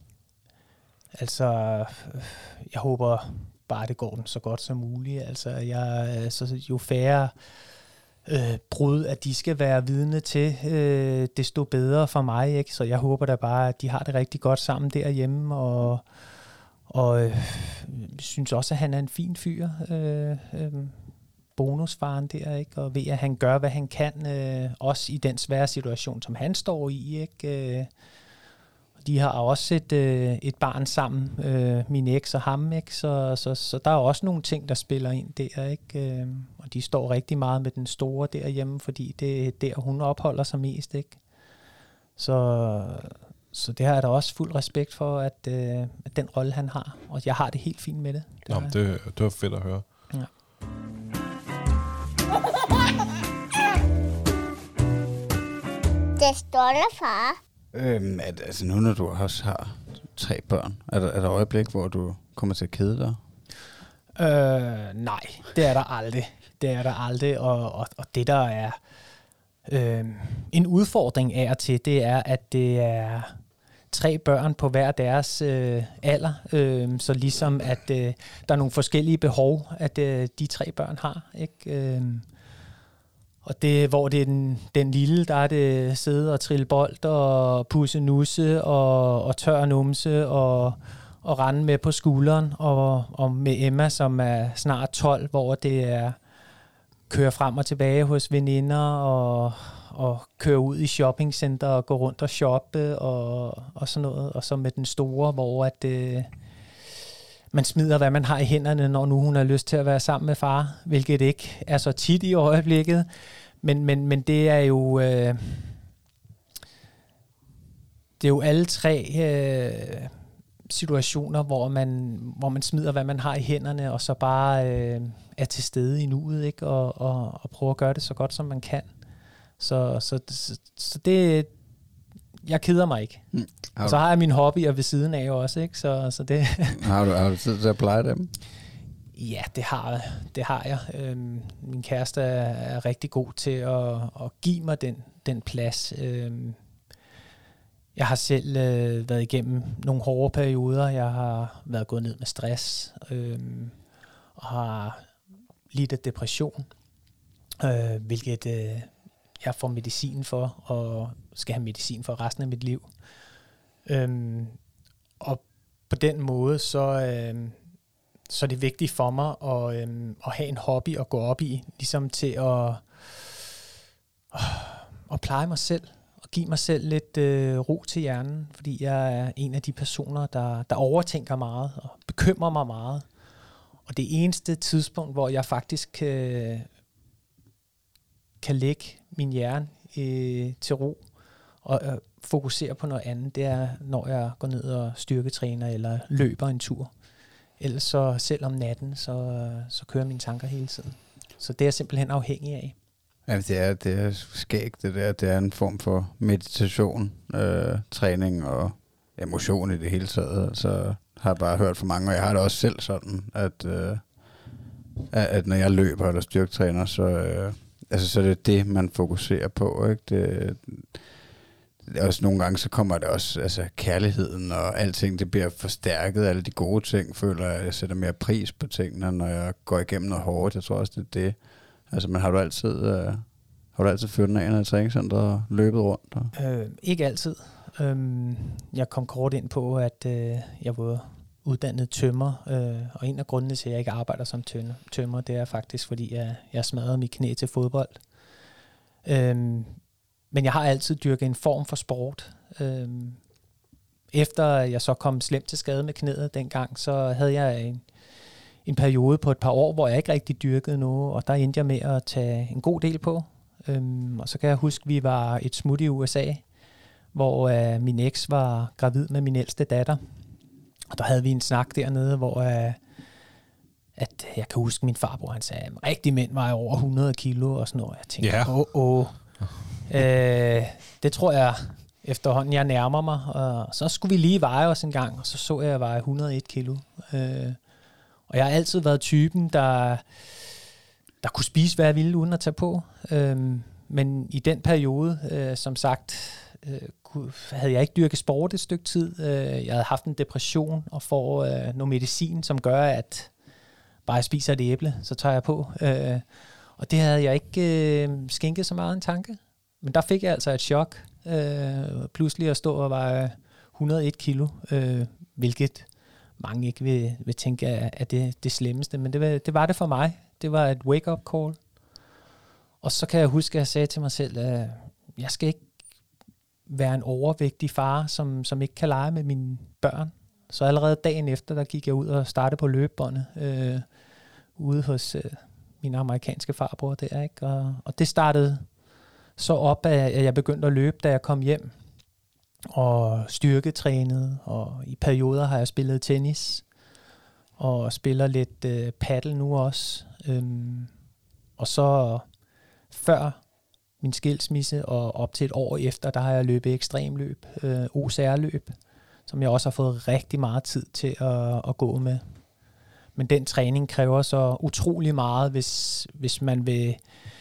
altså, jeg håber bare, det går den så godt som muligt. Altså, jeg, altså jo færre øh, brud, at de skal være vidne til, øh, desto bedre for mig, ikke? Så jeg håber da bare, at de har det rigtig godt sammen derhjemme, og, og øh, synes også, at han er en fin fyr, øh, øh, bonusfaren der, ikke? Og ved, at han gør, hvad han kan, øh, også i den svære situation, som han står i, ikke? Øh, de har også et, øh, et barn sammen, øh, min eks og ham, ikke? Så, så, så der er også nogle ting, der spiller ind der, ikke? Øh, og de står rigtig meget med den store derhjemme, fordi det er der, hun opholder sig mest, ikke? Så, så det har jeg da også fuld respekt for, at, øh, at den rolle, han har. Og jeg har det helt fint med det. Det, Nå, det, det var fedt at høre. Ja. Det stolte far. Øhm, at, altså nu, når du også har tre børn, er der, er der øjeblik, hvor du kommer til at kede dig? Øh, nej, det er der aldrig. Det er der aldrig, og, og, og det, der er øh, en udfordring af og til, det er, at det er tre børn på hver deres øh, alder, øh, så ligesom, at øh, der er nogle forskellige behov, at øh, de tre børn har, ikke? Øh, Og det, hvor det er den, den lille, der er det sidde og trille bold og pusse nusse og, og tør numse og, og rende med på skulderen. Og, og med Emma, som er snart tolv, hvor det er køre frem og tilbage hos veninder og, og køre ud i shoppingcenter og gå rundt og shoppe og, og sådan noget. Og så med den store, hvor at, øh, man smider, hvad man har i hænderne, når nu hun har lyst til at være sammen med far, hvilket ikke er så tit i øjeblikket. Men, men, men det er jo øh, det er jo alle tre øh, situationer, hvor man, hvor man smider, hvad man har i hænderne, og så bare øh, er til stede i nuet, ikke? Og, og, og prøver at gøre det så godt, som man kan. Så, så, så, så det... Jeg keder mig ikke. Mm. Og så har jeg min hobbyer ved siden af også, ikke? Så, så det... har, du, har du tid til at pleje dem? Ja, det har, det har jeg. Øhm, min kæreste er, er rigtig god til at, at give mig den, den plads. Øhm, jeg har selv øh, været igennem nogle hårde perioder. Jeg har været gået ned med stress øhm, og har lidt af depression, øh, hvilket... Øh, jeg får medicin for, og skal have medicin for resten af mit liv. Øhm, og på den måde, så, øhm, så er det vigtigt for mig at, øhm, at have en hobby at gå op i, ligesom til at, øh, at pleje mig selv, og give mig selv lidt øh, ro til hjernen, fordi jeg er en af de personer, der, der overtænker meget, og bekymrer mig meget. Og det eneste tidspunkt, hvor jeg faktisk øh, kan lægge min hjerne øh, til ro, og øh, fokusere på noget andet, det er, når jeg går ned og styrketræner, eller løber en tur. Ellers så selv om natten, så, så kører mine tanker hele tiden. Så det er jeg simpelthen afhængig af. Ja, det er, det er skægt, det der. Det er en form for meditation, øh, træning og emotion i det hele taget. Altså, har jeg bare hørt for mange, og jeg har det også selv sådan, at, øh, at når jeg løber eller styrketræner, så, øh, altså, så er det det, man fokuserer på. Ikke? Det, det er også nogle gange, så kommer det også, altså kærligheden og alting, det bliver forstærket. Alle de gode ting, føler jeg, jeg sætter mere pris på tingene, når jeg går igennem noget hårdt. Jeg tror også, det er det. Altså, men har du altid, øh, har du altid ført den af i træningscenteret og løbet rundt? Og? Øh, ikke altid. Øhm, jeg kom kort ind på, at øh, jeg var uddannet tømrer, øh, og en af grundene til, at jeg ikke arbejder som tømrer, det er faktisk, fordi jeg, jeg smadrede mit knæ til fodbold. Øhm, men jeg har altid dyrket en form for sport. Øhm, efter jeg så kom slemt til skade med knæet dengang, så havde jeg en, en periode på et par år, hvor jeg ikke rigtig dyrkede noget, og der endte jeg med at tage en god del på. Øhm, og så kan jeg huske, at vi var et smut i U S A, hvor øh, min eks var gravid med min ældste datter. Og der havde vi en snak dernede, hvor øh, at jeg kan huske, min farbror, han sagde, at rigtig mænd var over hundrede kilo og sådan noget. Jeg tænkte, yeah. åh, åh. Øh, det tror jeg efterhånden, jeg nærmer mig. Og så skulle vi lige veje os en gang, og så så jeg, at jeg veje hundrede og et kilo. Øh, og jeg har altid været typen, der, der kunne spise, hvad jeg ville, uden at tage på. Øh, men i den periode, øh, som sagt, øh, havde jeg ikke dyrket sport et stykke tid. Øh, jeg havde haft en depression og får øh, noget medicin, som gør, at bare jeg spiser et æble, så tager jeg på. Øh, og det havde jeg ikke øh, skænket så meget en tanke. Men der fik jeg altså et chok. Øh, pludselig at stå og veje hundrede og et kilo, øh, hvilket mange ikke vil, vil tænke er, er det, det slemmeste. Men det var, det var det for mig. Det var et wake-up call. Og så kan jeg huske, at jeg sagde til mig selv, at jeg skal ikke være en overvægtig far, som, som ikke kan lege med mine børn. Så allerede dagen efter, der gik jeg ud og startede på løbebåndet, øh, ude hos øh, min amerikanske farbror der, ikke? Og, og det startede så op, at jeg begyndte at løbe, da jeg kom hjem, og styrketrænede, og i perioder har jeg spillet tennis, og spiller lidt øh, paddle nu også. Øhm, og så før min skilsmisse, og op til et år efter, der har jeg løbet ekstremløb, øh, O C R-løb, som jeg også har fået rigtig meget tid til at, at gå med. Men den træning kræver så utrolig meget, hvis, hvis man vil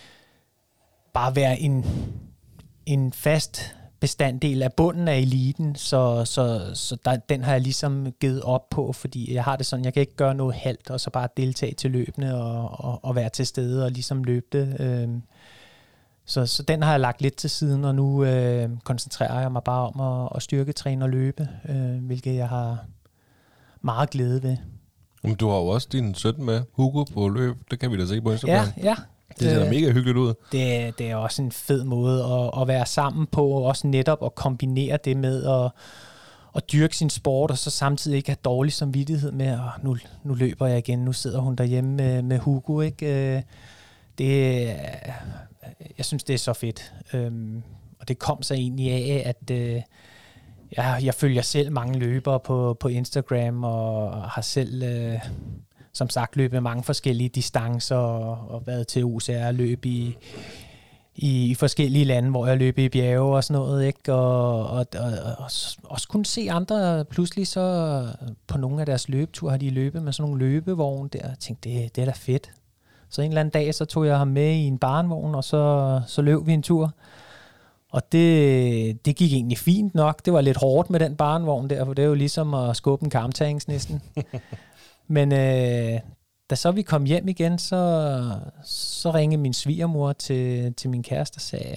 bare være en, en fast bestanddel af bunden af eliten, så, så, så der, den har jeg ligesom givet op på, fordi jeg har det sådan, jeg kan ikke gøre noget halvt, og så bare deltage til løbende, og, og, og være til stede, og ligesom løbe det. Øhm, så, så den har jeg lagt lidt til siden, og nu øh, koncentrerer jeg mig bare om at, at styrketræne og løbe, øh, hvilket jeg har meget glæde ved. Men du har jo også din søn med, Hugo, på løb. Det kan vi da se på Instagram. Ja, ja. Det ser da mega hyggeligt ud. Det, det er også en fed måde at, at være sammen på, og også netop at kombinere det med at, at dyrke sin sport, og så samtidig ikke have dårlig samvittighed med, at nu, nu løber jeg igen, nu sidder hun derhjemme med, med Hugo. Ikke? Det, jeg synes, det er så fedt. Og det kom så egentlig af, at jeg, jeg følger selv mange løbere på, på Instagram, og har selv... som sagt løbet mange forskellige distancer, og, og været til U C R-løb i, i, i forskellige lande, hvor jeg løb i bjerge og sådan noget, ikke? Og, og, og, og også kunne se andre, pludselig så på nogle af deres løbeture har de løbet med sådan nogle løbevogne der, og tænkte, det, det er da fedt. Så en eller anden dag, så tog jeg ham med i en barnvogn, og så, så løb vi en tur. Og det, det gik egentlig fint nok. Det var lidt hårdt med den barnvogn der, for det er jo ligesom at skubbe en karmtanks næsten. Men øh, da så vi kom hjem igen, så, så ringede min svigermor til, til min kæreste og sagde,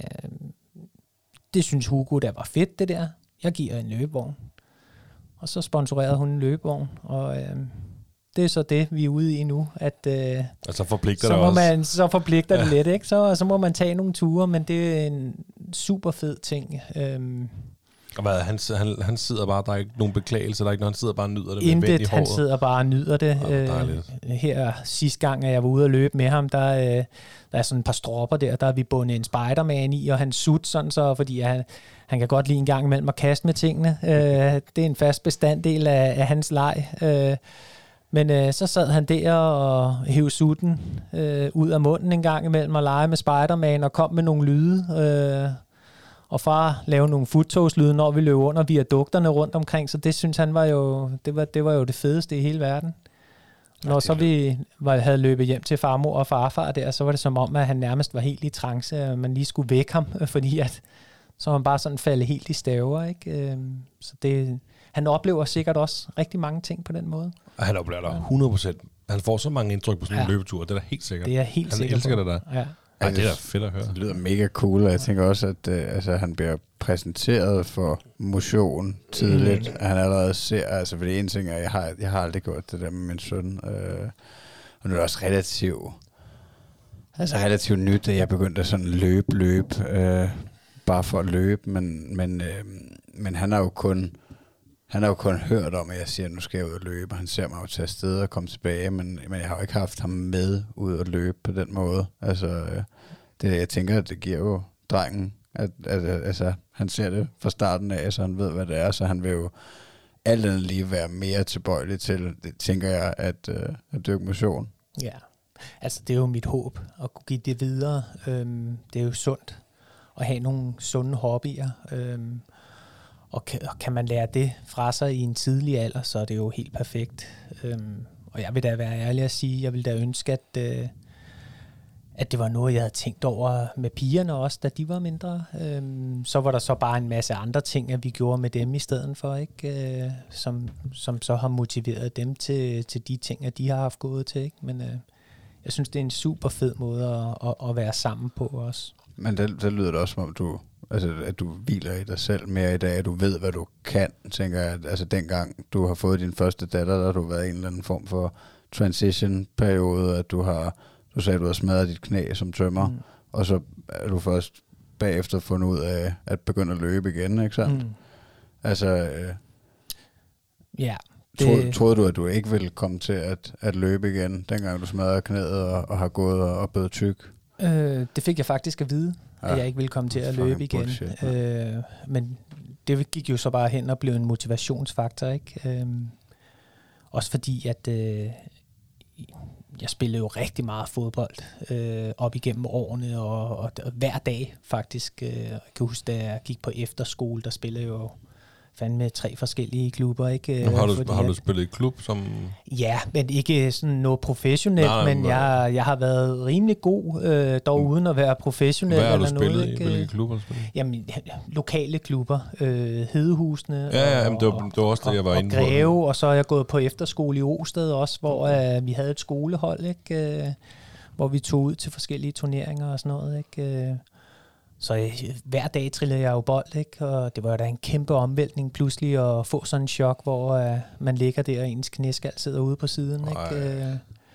det synes Hugo, der var fedt det der. Jeg giver en løbevogn. Og så sponsorerede hun en løbevogn, og øh, det er så det, vi er ude i nu. At, øh, altså forpligter så det må også. Man, så forpligter det lidt, ikke? Så, så må man tage nogle ture, men det er en super fed ting. Øhm, Og hvad, han, han, han sidder bare, der er ikke nogen beklagelse, der er ikke noget, han sidder bare og nyder det med vind i Intet, han håret. sidder bare og nyder det. Ja, øh, her sidste gang, at jeg var ude og løbe med ham, der, øh, der er sådan et par stropper der, der er vi bundet en Spider-Man i, og han sut sådan så, fordi han, han kan godt lide en gang imellem at kaste med tingene. Øh, det er en fast bestanddel af, af hans leg. Øh, men øh, så sad han der og hæv sutten øh, ud af munden en gang imellem og lege med Spider-Man og kom med nogle lyde. Øh, og far lave nogle futtogslyde, når vi løb under viadukterne rundt omkring, så det synes han var jo det var det var jo det fedeste i hele verden. Når så vi var, havde løbet hjem til farmor og farfar der, så var det som om, at han nærmest var helt i trance, og man lige skulle vække ham, fordi at så var han bare sådan faldet helt i staver, ikke? Så det, han oplever sikkert også rigtig mange ting på den måde. Og han oplever der hundrede procent. Han får så mange indtryk på sådan en ja. løbetur, det er da helt sikkert. Det er helt han sikkert. Han elsker det der. Ja. Ej, det er da fedt at høre. Det lyder mega cool, og jeg tænker også, at øh, altså, han bliver præsenteret for motion tidligt. Mm. Han allerede ser, altså for det ene ting er, jeg har, jeg har aldrig gjort det der med min søn. Øh, og nu er det også relativt, altså relativt nyt, at jeg begyndte at sådan løbe, løbe, øh, bare for at løbe, men, men, øh, men han har jo kun, han har jo kun hørt om, at jeg siger, at nu skal jeg ud og løbe, og han ser mig jo tage afsted og komme tilbage, men, men jeg har jo ikke haft ham med ud og løbe på den måde. Altså, øh, det, jeg tænker, at det giver jo drengen, at, at, at altså, han ser det fra starten af, så han ved, hvad det er, så han vil jo alt andet lige være mere tilbøjelig til, det tænker jeg, at, øh, at dyrke motion. Ja, altså det er jo mit håb at kunne give det videre. Øhm, det er jo sundt at have nogle sunde hobbyer, øhm, og, kan, og kan man lære det fra sig i en tidlig alder, så er det jo helt perfekt. Øhm, og jeg vil da være ærlig at sige, jeg vil da ønske, at, øh, at det var noget, jeg havde tænkt over med pigerne også, da de var mindre. Øhm, så var der så bare en masse andre ting, at vi gjorde med dem i stedet for, ikke? Øh, som, som så har motiveret dem til, til de ting, at de har haft gået til. Ikke? Men øh, jeg synes, det er en super fed måde at, at, at være sammen på også. Men det, det lyder det også, som om du, altså, at du hviler i dig selv mere i dag, at du ved, hvad du kan, tænker jeg. At, altså dengang du har fået din første datter, der har du været i en eller anden form for transition-periode, at du har, du sagde, at du har smadret dit knæ som tømmer, mm. og så er du først bagefter fundet ud af at begynde at løbe igen, ikke sandt? Mm. Altså, øh, ja. Tro, troede du, at du ikke ville komme til at, at løbe igen, dengang du smadrede knæet og, og har gået og, og blevet tyk? Øh, det fik jeg faktisk at vide, ja. At jeg ikke ville komme til at løbe igen. Bullshit, øh, men det gik jo så bare hen og blev en motivationsfaktor, ikke? Øh, også fordi, at øh, jeg spillede jo rigtig meget fodbold øh, op igennem årene, og, og, og hver dag faktisk. Øh, jeg kan huske, da jeg gik på efterskole, der spillede jeg jo fandme tre forskellige klubber, ikke? Nå, har du, Fordi, har du spillet i klub som... Ja, men ikke sådan noget professionelt, nej, men jeg, jeg har været rimelig god, øh, dog uden at være professionel. Hvad har du eller spillet noget, i? Ikke? Hvilke klubber har du spillet? Jamen, lokale klubber, øh, Hedehusene. Ja, ja, jamen, det, var, det var også det, jeg var og, inde på. Og Greve, og så er jeg gået på efterskole i Osted også, hvor øh, vi havde et skolehold, ikke? Øh, hvor vi tog ud til forskellige turneringer og sådan noget, ikke? Øh, Så øh, hver dag trillede jeg jo bold, ikke? Og det var da en kæmpe omvæltning pludselig at få sådan en chok, hvor øh, man ligger der, og ens knæskal sidder ude på siden, ikke? Øh,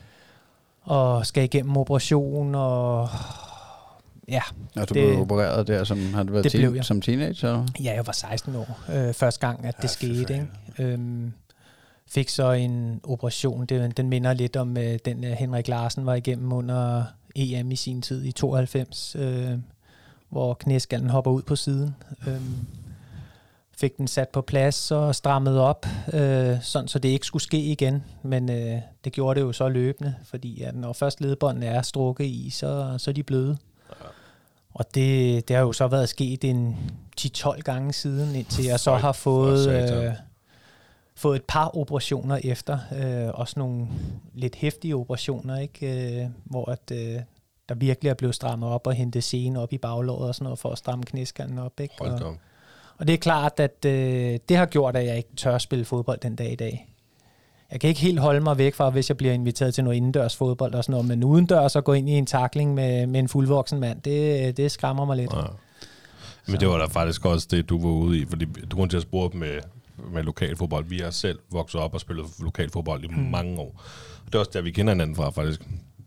og skal igennem operation, og ja. Og du det, blev opereret der, som havde været teen, som teenager? Eller? Ja, jeg var seksten år, øh, første gang, at det ja, skete, ikke? Øhm, fik så en operation, det, den minder lidt om øh, den, øh, Henrik Larsen var igennem under E M i sin tid i tooghalvfems, øh, hvor knæskallen hopper ud på siden. Øhm, fik den sat på plads og strammet op, øh, sådan så det ikke skulle ske igen. Men øh, det gjorde det jo så løbende, fordi at når først ledbåndene er strukket i, så, så er de bløde. Ja. Og det, det har jo så været sket en ti tolv gange siden, indtil jeg så har fået, øh, fået et par operationer efter. Øh, også nogle lidt heftige operationer, ikke? Øh, hvor at... Øh, der virkelig er blevet strammet op og hentet sene op i baglåret og sådan noget, for at stramme knæskallen op. Ikke? Og, og det er klart, at øh, det har gjort, at jeg ikke tør spille fodbold den dag i dag. jeg kan ikke helt holde mig væk fra, hvis jeg bliver inviteret til noget indendørs fodbold og sådan noget, men udendørs at gå ind i en tackling med, med en fuldvoksen mand, det, det skræmmer mig lidt. Ja. Men så. Det var da faktisk også det, du var ude i, fordi du kunne til at spurgte med, med lokalfodbold. Vi har selv vokset op og spillet lokalfodbold i mm. mange år. Det er også der, vi kender hinanden fra, faktisk.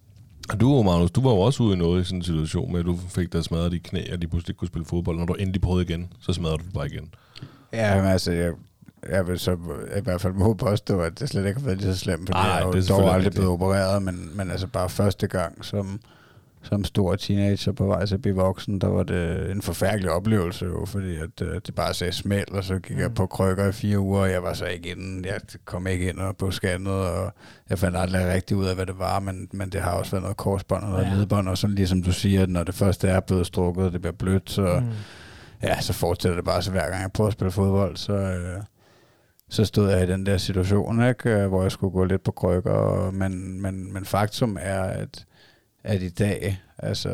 Du, Magnus, du var jo også ude i noget i sådan en situation med, at du fik dig smadret i knæ, og de pludselig kunne spille fodbold. Når du endelig prøvede igen, så smadrede du bare igen. Ja, men altså, jeg, jeg vil så i hvert fald må påstå, at det slet ikke har været lige så slemt, for Ej, jeg er jo dog aldrig blevet opereret, men, men altså bare første gang som, som stor teenager på vej til at blive voksen, der var det en forfærdelig oplevelse jo, fordi at, uh, det bare sagde smæld, og så gik mm. jeg på krykker i fire uger, og jeg var så ikke inde, jeg kom ikke ind og på scannet, og jeg fandt aldrig rigtig ud af, hvad det var, men, men det har også været noget korsbånd og noget ja. ledbånd, og sådan ligesom du siger, at når det første er blevet strukket, og det bliver blødt, så, mm. ja, så fortsætter det bare, så hver gang jeg prøver at spille fodbold, så... Uh, så stod jeg i den der situation, ikke, hvor jeg skulle gå lidt på krykker, men, men, men faktum er, at, at i dag, altså,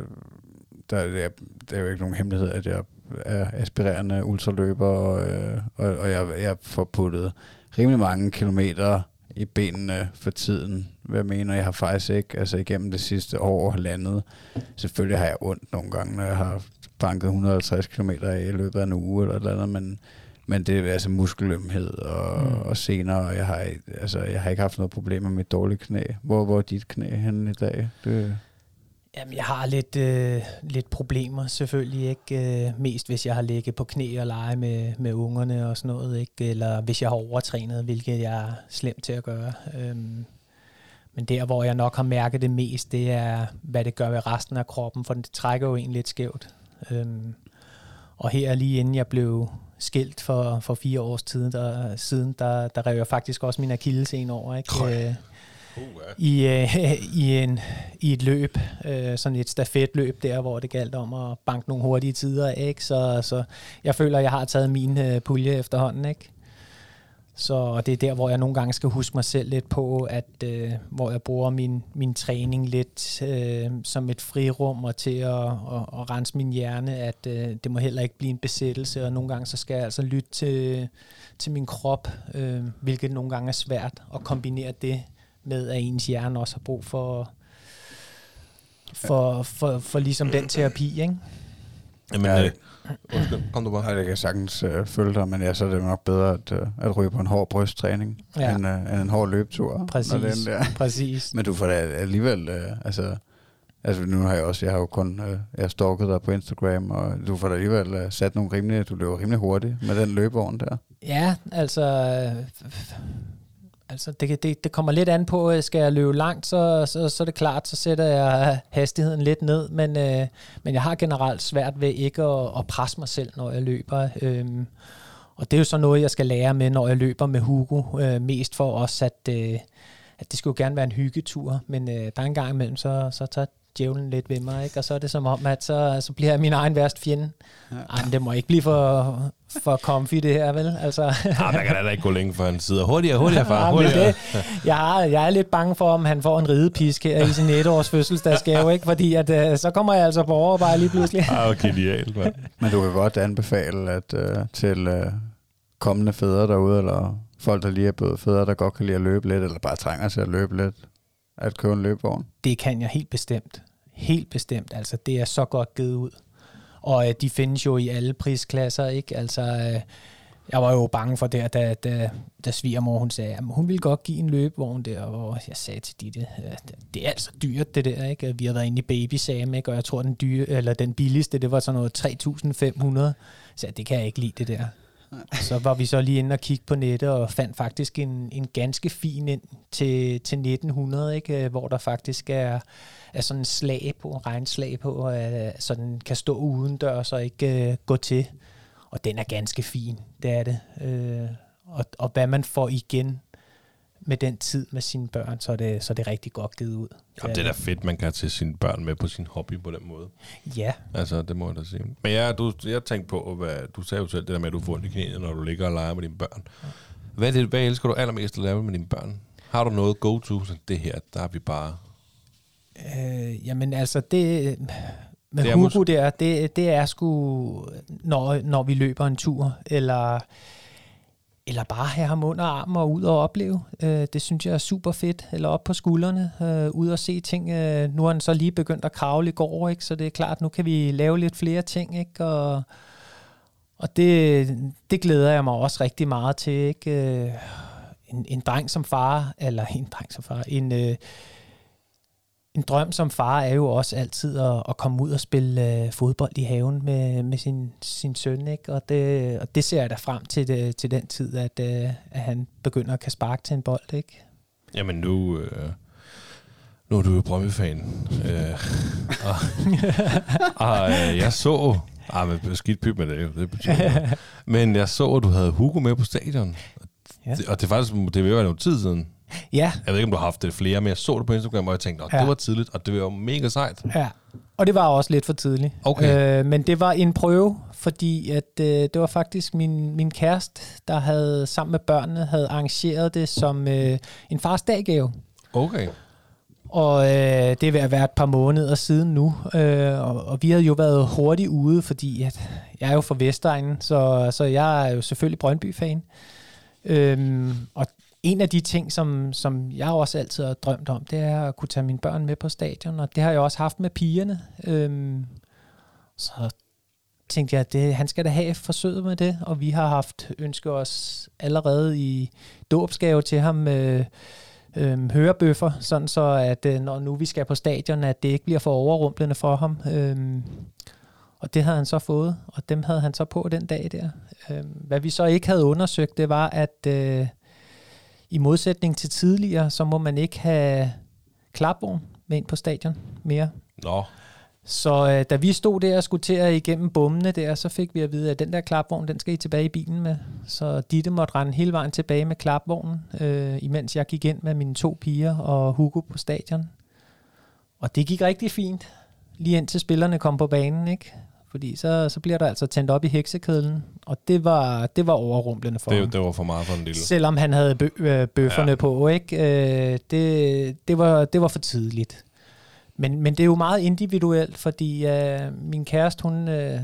der, der, der er jo ikke nogen hemmelighed, at jeg er aspirerende ultraløber, og, og, og jeg, jeg får puttet rimelig mange kilometer i benene for tiden, hvad jeg mener, jeg har faktisk ikke, altså igennem det sidste år landet, selvfølgelig har jeg ondt nogle gange, når jeg har banket et hundrede og halvtreds kilometer i løbet af en uge eller et eller andet, men Men det er altså muskelømhed og, mm. og sener, og jeg har, altså, jeg har ikke haft noget problem med mit dårlige knæ. Hvor, hvor er dit knæ henne i dag? Det... Jamen, jeg har lidt, øh, lidt problemer, selvfølgelig ikke. Øh, mest hvis jeg har ligget på knæ og lege med, med ungerne og sådan noget, ikke? Eller hvis jeg har overtrænet, hvilket jeg er slemt til at gøre. Øhm, men der, hvor jeg nok har mærket det mest, det er, hvad det gør ved resten af kroppen, for det trækker jo egentlig lidt skævt. Øhm, og her lige inden jeg blev skilt for, for fire års tid, der, siden, der, der rev jeg faktisk også min akillesen over, ikke? Uh, uh, I, uh, i, en, i et løb, uh, sådan et stafetløb der, hvor det galt om at banke nogle hurtige tider af, ikke? Så, så jeg føler, at jeg har taget min uh, pulje efterhånden, ikke? Så det er der, hvor jeg nogle gange skal huske mig selv lidt på, at øh, hvor jeg bruger min, min træning lidt øh, som et frirum og til at, at, at rense min hjerne, at øh, det må heller ikke blive en besættelse, og nogle gange så skal jeg altså lytte til, til min krop, øh, hvilket nogle gange er svært at kombinere det med, at ens hjerne også har brug for, for, for, for ligesom den terapi, ikke? Jamen, ja. øh, kom du bare. Ja, det kan jeg sagtens øh, følge dig, men ja, så er det nok bedre at, øh, at ryge på en hård brysttræning, ja. end, øh, end en hård løbetur. Præcis, den der. Præcis. Men du får da alligevel, øh, altså, altså nu har jeg også, jeg har jo kun, øh, jeg har stalket dig på Instagram, og du får da alligevel øh, sat nogle rimelig, du løber rimelig hurtigt med den løbevogn der. Ja, altså... Øh, Altså det, det, det kommer lidt an på, skal jeg løbe langt, så, så, så er det klart, så sætter jeg hastigheden lidt ned, men, øh, men jeg har generelt svært ved ikke at, at presse mig selv, når jeg løber. Øhm, og det er jo så noget, jeg skal lære med, når jeg løber med Hugo, øh, mest for os, at, øh, at det skulle jo gerne være en hyggetur, men øh, der er en gang imellem, så, så tager djævlen lidt ved mig, ikke? Og så er det som om, at så, så bliver jeg min egen værste fjende. Ja. Ej, men det må ikke blive for, for comfy det her, vel? Altså. Ah, man kan da ikke gå længe, for han sidder hurtigere, hurtigere, far, hurtigere. Det, jeg, har, jeg er lidt bange for, om han får en ridepisk her i sin etårs fødselsdagsgave, ikke? Fordi at, uh, så kommer jeg altså på overarbejde lige pludselig. Ah, genialt, mand. Men du kan godt anbefale at, uh, til uh, kommende fædre derude, eller folk, der lige er blevet fædre, der godt kan lide at løbe lidt, eller bare trænger til at løbe lidt, at købe en løbevogn? Det kan jeg helt bestemt. Helt bestemt. Altså, det er så godt givet ud. Og øh, de findes jo i alle prisklasser, ikke? Altså, øh, jeg var jo bange for det, da, da, da svigermor, hun sagde, at hun ville godt give en løbevogn der, og jeg sagde til Ditte, at det er altså dyrt, det der, ikke? Vi har været inde i Baby Sam, ikke? Og jeg tror, den, dyre, eller den billigste, det var sådan noget tre tusind fem hundrede. Så det kan jeg ikke lide, det der. Så var vi så lige inde og kigge på nettet og fandt faktisk en, en ganske fin ind til, til nitten hundrede, ikke? Hvor der faktisk er, er sådan en slag på, regnslag på, at, så den kan stå udendørs og ikke uh, gå til. Og den er ganske fin, det er det. Uh, og, og hvad man får igen med den tid med sine børn, så er det, så er det rigtig godt givet ud. Ja, det er da fedt, man kan tage sine børn med på sin hobby på den måde. Ja. Altså, det må jeg da sige. Men ja, du, jeg tænkte på, hvad, du sagde jo selv det der med, at du får ondt i knæene, når du ligger og leger med dine børn. Hvad, er det, hvad elsker du allermest at lave med dine børn? Har du noget go-to, så det her, der er vi bare... Øh, jamen altså, det... Med det Hugo der, det, det er sgu, når, når vi løber en tur, eller... eller bare have ham under armen og ud og opleve. Øh, det synes jeg er super fedt. Eller op på skuldrene, øh, ud og se ting. Øh, nu har han så lige begyndt at kravle i går, ikke? Så det er klart, nu kan vi lave lidt flere ting, ikke? Og, og det, det glæder jeg mig også rigtig meget til, ikke? Øh, en, en dreng som far, eller en dreng som far, en... Øh, En drøm som far er jo også altid at, at komme ud og spille øh, fodbold i haven med, med sin, sin søn, ikke? Og det, og det ser jeg da frem til, det, til den tid, at, øh, at han begynder at kan sparke til en bold, ikke? Jamen nu, øh, nu er du jo Brøndby-fan. Øh, og og øh, jeg så... Ah, men skidt pyt med det, det betyder noget. Men jeg så, at du havde Hugo med på stadion. Ja. Det, og det er faktisk, det vil være noget tid siden. Ja. Jeg ved ikke, om du har haft det flere, men jeg så det på Instagram, og jeg tænkte, at ja. det var tidligt, og det var mega sejt. Ja, og det var også lidt for tidligt. Okay. Øh, men det var en prøve, fordi at, øh, det var faktisk min, min kæreste, der havde sammen med børnene, havde arrangeret det som øh, en fars daggave. Okay. Og øh, det er ved at være et par måneder siden nu, øh, og, og vi havde jo været hurtigt ude, fordi at jeg er jo fra Vestegnen, så, så jeg er jo selvfølgelig Brøndby-fan. Øhm, og en af de ting, som, som jeg også altid har drømt om, det er at kunne tage mine børn med på stadion, og det har jeg også haft med pigerne. Øhm, så tænkte jeg, at det, han skal da have forsøget med det, og vi har haft ønsket os allerede i dåbsgave til ham øh, øh, hørebøffer, sådan så at øh, når nu vi skal på stadion, at det ikke bliver for overrumplende for ham. Øhm, og det havde han så fået, og dem havde han så på den dag der. Øhm, hvad vi så ikke havde undersøgt, det var, at øh, i modsætning til tidligere, så må man ikke have klapvogn med ind på stadion mere. Nå. Så øh, da vi stod der og skulle til at igennem bommene der, så fik vi at vide, at den der klapvogn, den skal I tilbage i bilen med. Så Ditte måtte rende hele vejen tilbage med klapvognen, øh, imens jeg gik ind med mine to piger og Hugo på stadion. Og det gik rigtig fint, lige indtil spillerne kom på banen, ikke? Fordi så, så bliver der altså tændt op i heksekedlen, og det var, det var overrumplende for det, ham. Det var for meget for en lille. Selvom han havde bø, øh, bøfferne ja. på, ikke? Øh, det, det, var, det var for tidligt. Men, men det er jo meget individuelt, fordi øh, min kæreste, hun, øh,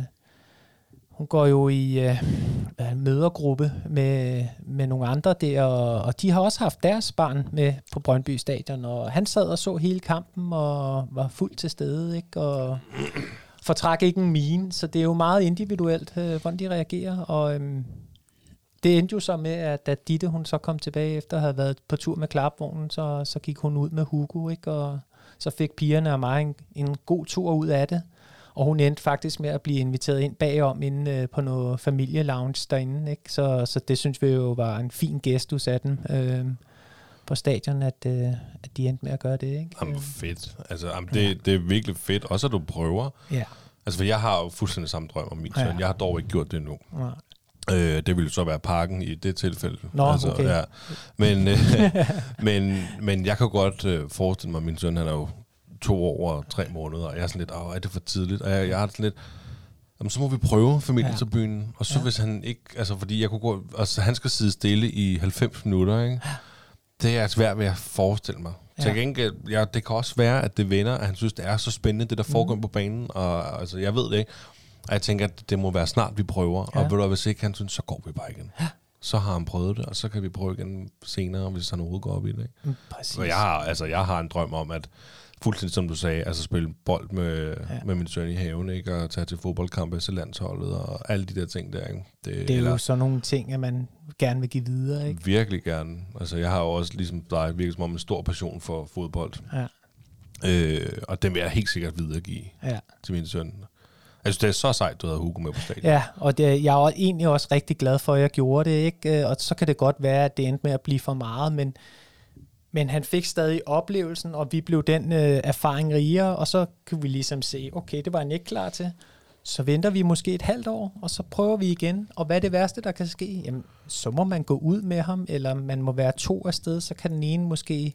hun går jo i øh, mødergruppe med, med nogle andre der, og, og de har også haft deres barn med på Brøndby Stadion, og han sad og så hele kampen og var fuldt til stede, ikke? Og fortræk ikke en mine, så det er jo meget individuelt, øh, hvordan de reagerer, og øhm, det endte jo så med, at da Ditte, hun så kom tilbage efter at have været på tur med klapvognen, så, så gik hun ud med Hugo, ikke? Og så fik pigerne og mig en, en god tur ud af det, og hun endte faktisk med at blive inviteret ind bagom inde øh, på noget familielounge derinde, ikke? Så, så det synes vi jo var en fin gestus af dem øh, på stadion, at, øh, at de endte med at gøre det, ikke? Jamen fedt. Altså, jamen, det, ja. det er virkelig fedt. Også at du prøver. Ja. Altså, for jeg har jo fuldstændig samme drøm om min søn. Ja. Jeg har dog ikke gjort det endnu. Ja. Øh, det ville så være Parken i det tilfælde. Nå, altså, okay. Ja. Men, øh, men, men jeg kan godt øh, forestille mig, at min søn, han er jo to år og tre måneder, og jeg er sådan lidt, åh, er det for tidligt? Og jeg, jeg har sådan lidt, jamen, så må vi prøve familien til ja. byen. Og så ja. hvis han ikke, altså fordi jeg kunne gå, altså han skal sidde stille i halvfems minutter, ikke? Det er svært ved at forestille mig. Ja. Til gengæld, ja, det kan også være, at det vender, at han synes, det er så spændende, det der foregår mm. på banen, og altså, jeg ved det ikke. Og jeg tænker, at det må være snart, vi prøver. Ja. Og ved du, hvis ikke han synes, så går vi bare igen. Ja. Så har han prøvet det, og så kan vi prøve igen senere, hvis han overhovedet går op i det. Ikke? Mm, præcis. Og jeg har, altså, jeg har en drøm om, at fuldstændig som du sagde, altså spille bold med, ja. med min søn i haven, ikke? Og tage til fodboldkampe til landsholdet, og alle de der ting der. Ikke? Det, det er eller, jo sådan nogle ting, at man gerne vil give videre, ikke? Virkelig gerne. Altså, jeg har jo også, ligesom dig, virkelig som om en stor passion for fodbold. Ja. Øh, og den vil jeg helt sikkert videregive ja. til min søn. Altså, det er så sejt, du havde Hugo med på stadion. Ja, og det, jeg er egentlig også rigtig glad for, at jeg gjorde det, ikke? Og så kan det godt være, at det endte med at blive for meget, men, men han fik stadig oplevelsen, og vi blev den øh, erfaring rigere, og så kunne vi ligesom se, okay, det var han ikke klar til. Så venter vi måske et halvt år, og så prøver vi igen. Og hvad er det værste, der kan ske? Jamen, så må man gå ud med ham, eller man må være to afsted, så kan den ene måske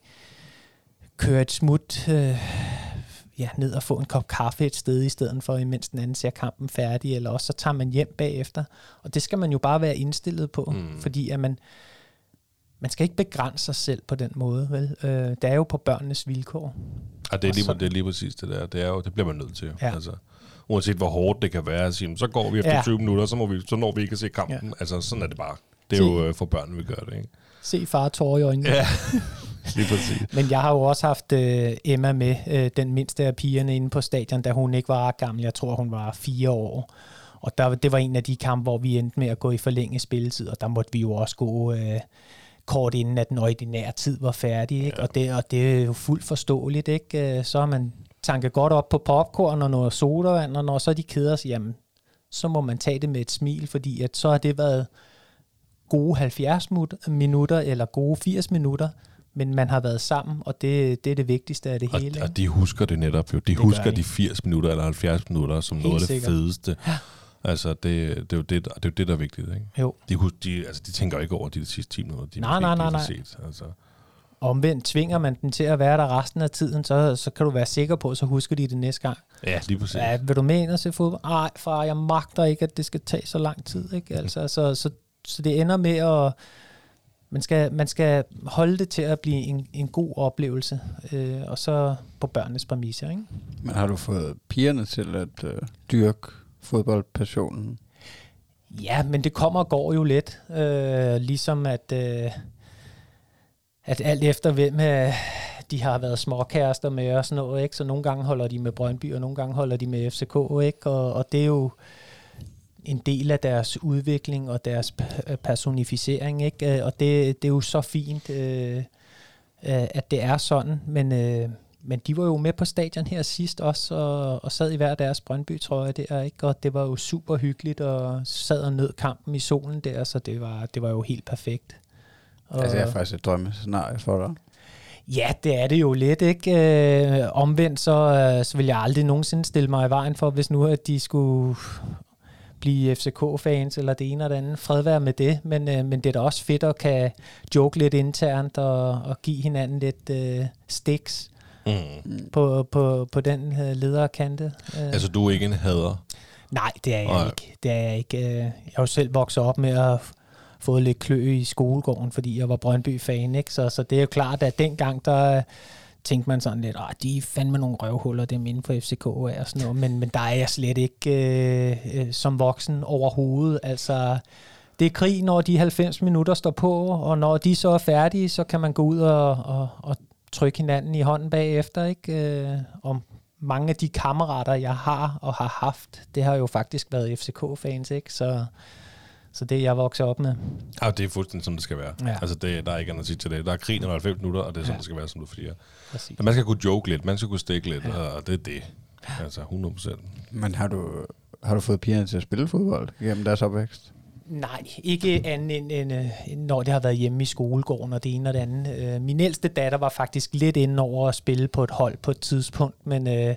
køre et smut øh, ja, ned og få en kop kaffe et sted, i stedet for, imens den anden ser kampen færdig, eller også så tager man hjem bagefter. Og det skal man jo bare være indstillet på, mm. fordi at man, man skal ikke begrænse sig selv på den måde, vel? Øh, det er jo på børnenes vilkår. Ja, det er lige, det er lige præcis det der. Det, er jo, det bliver man nødt til. Ja. Altså, uanset hvor hårdt det kan være at sige, så går vi efter ja. tyve minutter, så, må vi, så når vi ikke at se kampen. Ja. Altså, sådan er det bare. Det er jo øh, for børnene, vi gør det, ikke? Se far tårer i øjnene. Ja, lige præcis. Men jeg har jo også haft øh, Emma med, øh, den mindste af pigerne inde på stadion, da hun ikke var ret gammel. Jeg tror, hun var fire år. Og der, det var en af de kampe, hvor vi endte med at gå i forlænget spilletid, og der måtte vi jo også gå øh, kort inden, at den ordinære tid var færdig. Ikke? Ja. Og, det, og det er jo fuldt forståeligt. Ikke? Så har man tanket godt op på popcorn og noget sodavand, og når så de keder sig, jamen, så må man tage det med et smil, fordi at så har det været gode halvfjerds minutter eller gode firs minutter, men man har været sammen, og det, det er det vigtigste af det og, hele. Og de husker det netop jo. De det husker de firs minutter eller halvfjerds minutter som Helt noget af det sikkert. fedeste. Ja. Altså, det, det, er jo det, det er jo det, der er vigtigt, ikke? Jo. De, de, altså, de tænker ikke over de sidste ti minutter. De nej, nej, nej, nej. Set, altså. Omvendt tvinger man den til at være der resten af tiden, så, så kan du være sikker på, så husker de det næste gang. Ja, lige præcis. Ja, vil du med ind og se fodbold? Nej, far, jeg magter ikke, at det skal tage så lang tid, ikke? Altså, så, så, så det ender med at... Man skal, man skal holde det til at blive en, en god oplevelse, øh, og så på børnenes præmisser, ikke? Men har du fået pigerne til at øh, dyrke fodboldpassionen? Ja, men det kommer og går jo lidt. Øh, ligesom at, øh, at alt efter hvem øh, de har været småkærester med og sådan noget, ikke? Så nogle gange holder de med Brøndby, og nogle gange holder de med F C K, ikke? Og, og det er jo en del af deres udvikling og deres personificering, ikke? Og det, det er jo så fint, øh, at det er sådan, men, øh, men de var jo med på stadion her sidst også, og, og sad i hver deres Brøndby-trøje der, ikke? Og det var jo super hyggeligt, og sad og nød kampen i solen der, så det var, det var jo helt perfekt. Og altså, det er faktisk et drømmescenarie for dig. Ja, det er det jo lidt, ikke? Øh, omvendt, så, så vil jeg aldrig nogensinde stille mig i vejen for, hvis nu at de skulle blive F C K-fans eller det ene eller det andet. Fred være med det, men, øh, men det er da også fedt at kan joke lidt internt og, og give hinanden lidt øh, sticks mm. på, på, på den øh, lederkante. Øh. Altså, du er ikke en hader? Nej, det er jeg Nej. ikke. Det er jeg ikke. Jeg har jo selv vokset op med at få lidt klø i skolegården, fordi jeg var Brøndby-fan, ikke? Så, så det er jo klart, at dengang der tænkte man sådan lidt, at de er fandme nogle røvhuller, dem inden for F C K og sådan noget, men, men der er jeg slet ikke øh, øh, som voksen overhovedet. Altså, det er krig, når de halvfems minutter står på, og når de så er færdige, så kan man gå ud og, og, og trykke hinanden i hånden bagefter, ikke? Øh, om mange af de kammerater, jeg har og har haft, det har jo faktisk været F C K-fans, ikke? Så Så det er jeg vokset op med. Ja, det er fuldstændig, som det skal være. Ja. Altså, det, der er ikke andet at sige til det. Der er krig, når der er halvfems minutter, og det er sådan, ja. Det skal være, som du siger. Men man skal kunne joke lidt, man skal kunne stikke lidt, ja. Og det er det. Altså, hundrede procent. Men har du, har du fået pigerne til at spille fodbold gennem deres opvækst? Nej, ikke andet end, end, end når det har været hjemme i skolegården og det ene og det andet. Min ældste datter var faktisk lidt inde over at spille på et hold på et tidspunkt, men... Øh,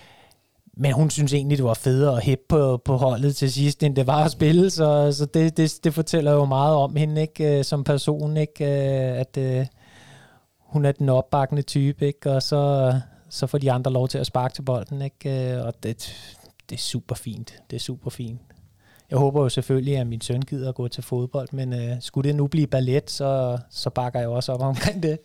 Men hun synes egentlig, det var federe at hæppe på, på holdet til sidst, end det var at spille, så, så det, det, det fortæller jo meget om hende, ikke, som person, ikke, at uh, hun er den opbakkende type, ikke, og så, så får de andre lov til at sparke til bolden, ikke, og det, det er super fint, det er super fint. Jeg håber jo selvfølgelig, at min søn gider at gå til fodbold, men uh, skulle det nu blive ballet, så, så bakker jeg også op omkring det.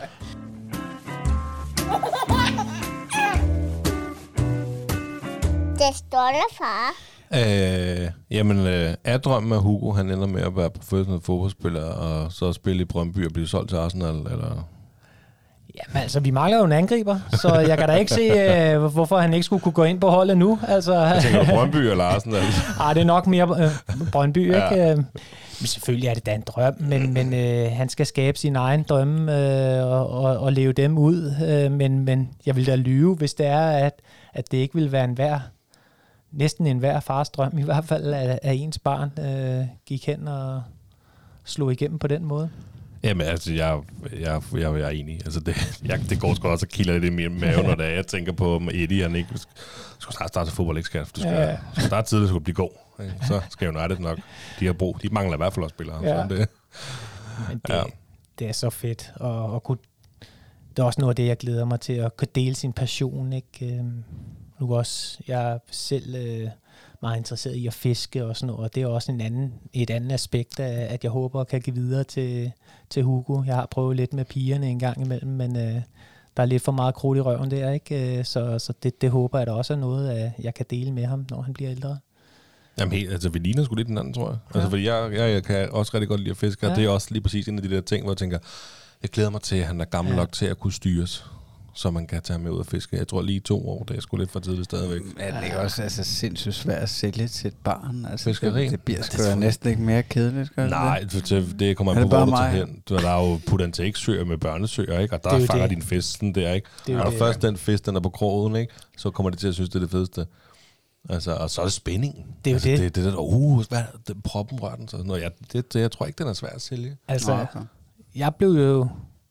Det stolte far. Øh, jamen, øh, er drømmen af Hugo, han ender med at være professionel fodboldspiller, og så spille i Brøndby og blive solgt til Arsenal, eller? Jamen altså, vi mangler jo en angriber, så jeg kan da ikke se, øh, hvorfor han ikke skulle kunne gå ind på holdet nu. Altså, jeg tænker du Brøndby eller Arsenal? Ej, det er nok mere øh, Brøndby, ja. Ikke? Men selvfølgelig er det da en drøm, men, men øh, han skal skabe sin egen drømme øh, og, og, og leve dem ud. Øh, men, men jeg vil da lyve, hvis det er, at, at det ikke vil være en hver, næsten en hver fars drøm, i hvert fald, at, at ens barn øh, gik hen og slog igennem på den måde. Jamen, altså, jeg, jeg, jeg, jeg er enig. Altså, det, jeg, det går sgu også og kilder lidt i min mave, når det er. Jeg tænker på, om Eddie, han ikke skal starte, starte fodbold, ikke skal. Du skal, ja. skal starte tidligt, så du blive god. Ikke? Så skal United nok. De har brug. De mangler i hvert fald også spillere. Ja. Så det, Men det, ja. det er så fedt. Og, og kunne, det er også noget af det, jeg glæder mig til, at kunne dele sin passion. Ikke? Nu også, jeg er selv øh, meget interesseret i at fiske og sådan noget, og det er også en anden, et andet aspekt af, at jeg håber at kan give videre til, til Hugo. Jeg har prøvet lidt med pigerne en gang imellem, men øh, der er lidt for meget krudt i røven der, ikke? Så, så det, det håber jeg da også er noget, at jeg kan dele med ham, når han bliver ældre. Jamen helt, altså vi ligner sgu lidt den anden, tror jeg. Ja. Altså fordi jeg, jeg, jeg kan også rigtig godt lide at fiske, og ja. det er også lige præcis en af de der ting, hvor jeg tænker, jeg glæder mig til, at han er gammel ja. nok til at kunne styres, så man kan tage ham med ud og fiske. Jeg tror lige to år, det er sgu lidt for tidligt stadigvæk. Ja, det er også altså, sindssygt svært at sælge til et barn. Altså, Fiskeri. Det, det bliver sgu da næsten ikke mere kedeligt. Nej, det, det kommer an på, hvor du tager hen. Der er jo put-and-take-søer med børnesøer, ikke? Og der det fanger det. din fisk sådan der, ikke? Det og når først den fisk, den er på krogen, ikke? Så kommer det til at synes, det er det fedeste. Altså, og så er det spændingen. Det er altså, det. Det, det der, uh, hvad, den proppen rører den. Så noget. Jeg, det, det, jeg tror ikke, den er svær at sælge. Altså, okay. jeg blev jo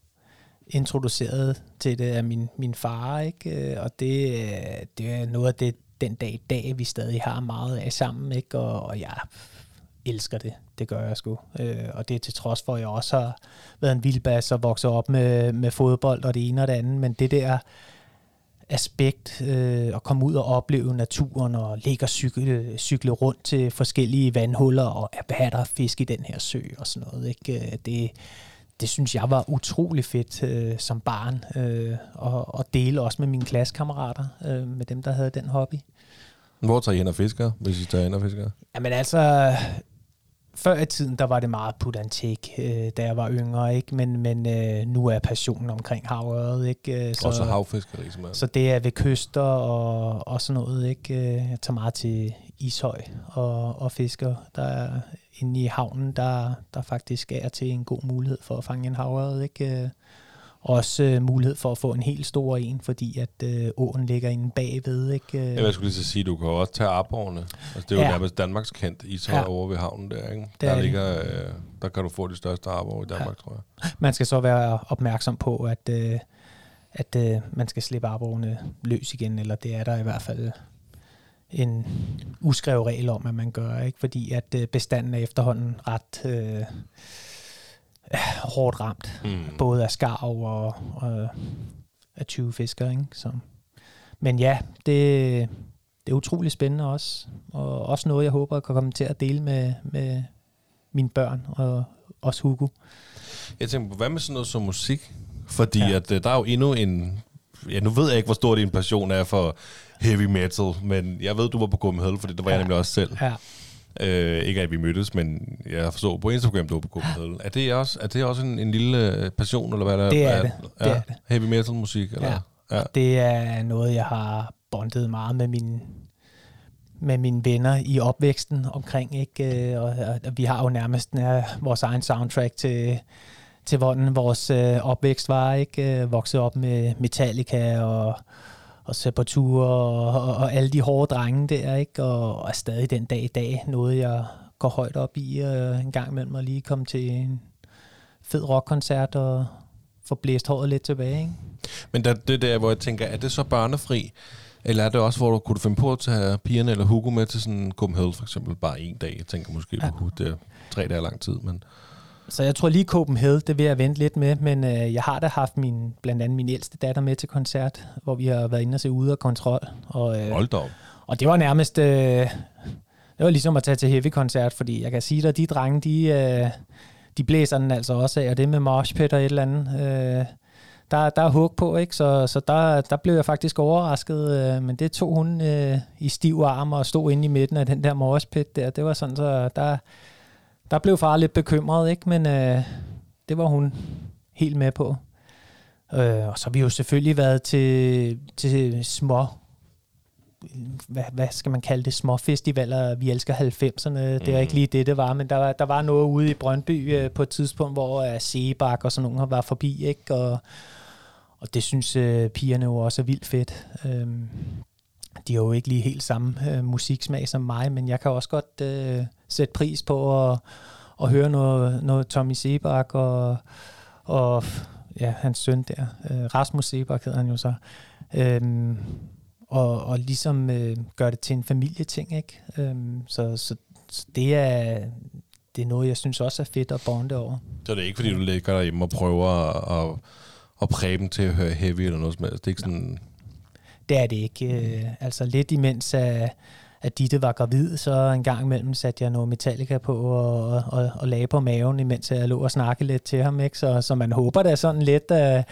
introduceret til det af min, min far, ikke? Og det, det er noget af det, den dag i dag, vi stadig har meget af sammen, ikke? Og, og jeg elsker det. Det gør jeg sgu. Og det er til trods for, at jeg også har været en vildbas og vokset op med, med fodbold og det ene og det andet. Men det der aspekt, øh, at komme ud og opleve naturen og ligge og cykle, cykle rundt til forskellige vandhuller og hvad er der fisk i den her sø og sådan noget, ikke? Det, det synes jeg var utrolig fedt øh, som barn øh, og, og dele også med mine klassekammerater, øh, med dem, der havde den hobby. Hvor tager I hen og fisker, hvis I tager hen og fisker? Jamen altså, før i tiden, der var det meget put and take, øh, da jeg var yngre, ikke? Men, men øh, nu er passionen omkring havørred, ikke? Så, også havfiskeri, som er. Så det er ved kyster og, og sådan noget, ikke? Jeg tager meget til Ishøj og, og fisker. Der er inde i havnen, der, der faktisk er til en god mulighed for at fange en havørred, ikke? Også øh, mulighed for at få en helt stor en, fordi at øh, åen ligger inde bagved, ikke? Ja, jeg skulle lige så sige, du kan også tage arbordene. Altså, det er jo ja. nærmest Danmarks kendt Ishøj ja. over ved havnen der, ikke? Der, ligger, øh, der kan du få de største arbor i Danmark, ja. tror jeg. Man skal så være opmærksom på, at, øh, at øh, man skal slippe arbordene løs igen, eller det er der i hvert fald en uskrevet regel om, at man gør, ikke? Fordi at øh, bestanden er efterhånden ret Øh, hårdt ramt, mm. både af skarv og, og af tyvefiskere, ikke? Så. Men ja, det, det er utrolig spændende også, og også noget, jeg håber, jeg kan komme til at dele med, med mine børn, og også Hugo. Jeg tænker på, hvad med sådan noget som musik? Fordi ja. at, der er jo endnu en, ja, nu ved jeg ikke, hvor stor din passion er for heavy metal, men jeg ved, du var på Copenhagen, fordi det var ja. jeg nemlig også selv. Ja. Øh, ikke at vi mødtes, men jeg forstod på Instagram, du var på Copenhagen. Er det også, er det også en, en lille passion, eller hvad der det er? er det. Ja, det er det. Heavy metal musik? Eller? Ja. ja, det er noget, jeg har bondet meget med mine, med mine venner i opvæksten omkring, ikke? Og, og, og vi har jo nærmest ja, vores egen soundtrack til, til hvordan vores øh, opvækst var, ikke? Vokset op med Metallica og og Sepultura og, og, og alle de hårde drenge der, ikke? Og, og er stadig den dag i dag noget, jeg går højt op i, og en gang imellem at lige komme til en fed rockkoncert og få blæst håret lidt tilbage, ikke? Men der, det der, hvor jeg tænker, er det så børnefri, eller er det også, hvor du kunne du finde på at tage pigerne eller Hugo med til sådan en Copenhagen for eksempel, bare en dag? Jeg tænker måske ja. på det er tre dage lang tid, men... Så jeg tror lige Copenhagen, det vil jeg vente lidt med, men øh, jeg har da haft min, blandt andet min ældste datter med til koncert, hvor vi har været inde og se Ude af Kontrol. Og, øh, Hold da op. Og det var nærmest, øh, det var ligesom at tage til heavy-koncert, fordi jeg kan sige dig, de drenge, de, øh, de blæser den altså også af, og det med moshpit og et eller andet, øh, der, der er hug på, ikke? Så, så der, der blev jeg faktisk overrasket, øh, men det tog hun øh, i stiv arm og stod inde i midten af den der moshpit der. Det var sådan, så der... Der blev far lidt bekymret, ikke? Men øh, det var hun helt med på. Øh, og så har vi jo selvfølgelig været til, til små, hvad, hvad skal man kalde det, små festivaler. Vi elsker halvfemserne. Det er ikke lige det, det var, men der, der var noget ude i Brøndby øh, på et tidspunkt, hvor øh, Seebak og sådan nogle var forbi, ikke? Og, og det synes øh, pigerne jo også er vildt fedt. Øh, de har jo ikke lige helt samme øh, musiksmag som mig, men jeg kan også godt øh, sætte pris på at, at høre noget, noget Tommy Seebak og, og ja, hans søn der, øh, Rasmus Seebak hedder han jo så, øhm, og, og ligesom øh, gøre det til en familieting, ikke? Øhm, så, så, så det er det er noget, jeg synes også er fedt at bonde over. Så det er ikke, fordi du ligger derhjemme og prøver at, at, at præge dem til at høre heavy eller noget som helst? Det er ikke sådan... Det er det ikke. Øh, altså lidt imens, at, at Ditte var gravid, så en gang imellem satte jeg noget Metallica på og, og, og lagde på maven, imens jeg lå og snakkede lidt til ham. Ikke? Så, så man håber da sådan lidt, at,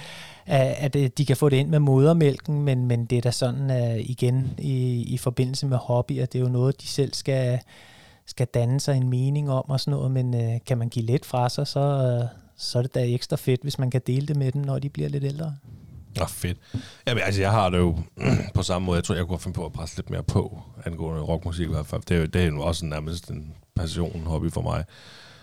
at de kan få det ind med modermælken, men, men det er da sådan at igen i, i forbindelse med hobbyer. Det er jo noget, de selv skal, skal danne sig en mening om og sådan noget, men uh, kan man give lidt fra sig, så, uh, så er det da ekstra fedt, hvis man kan dele det med dem, når de bliver lidt ældre. Nå, fedt. Jamen, altså, jeg har det jo på samme måde. Jeg tror, jeg kunne finde på at presse lidt mere på angående rockmusik i hvert fald. Det er jo, det er jo også nærmest en passion, en hobby for mig.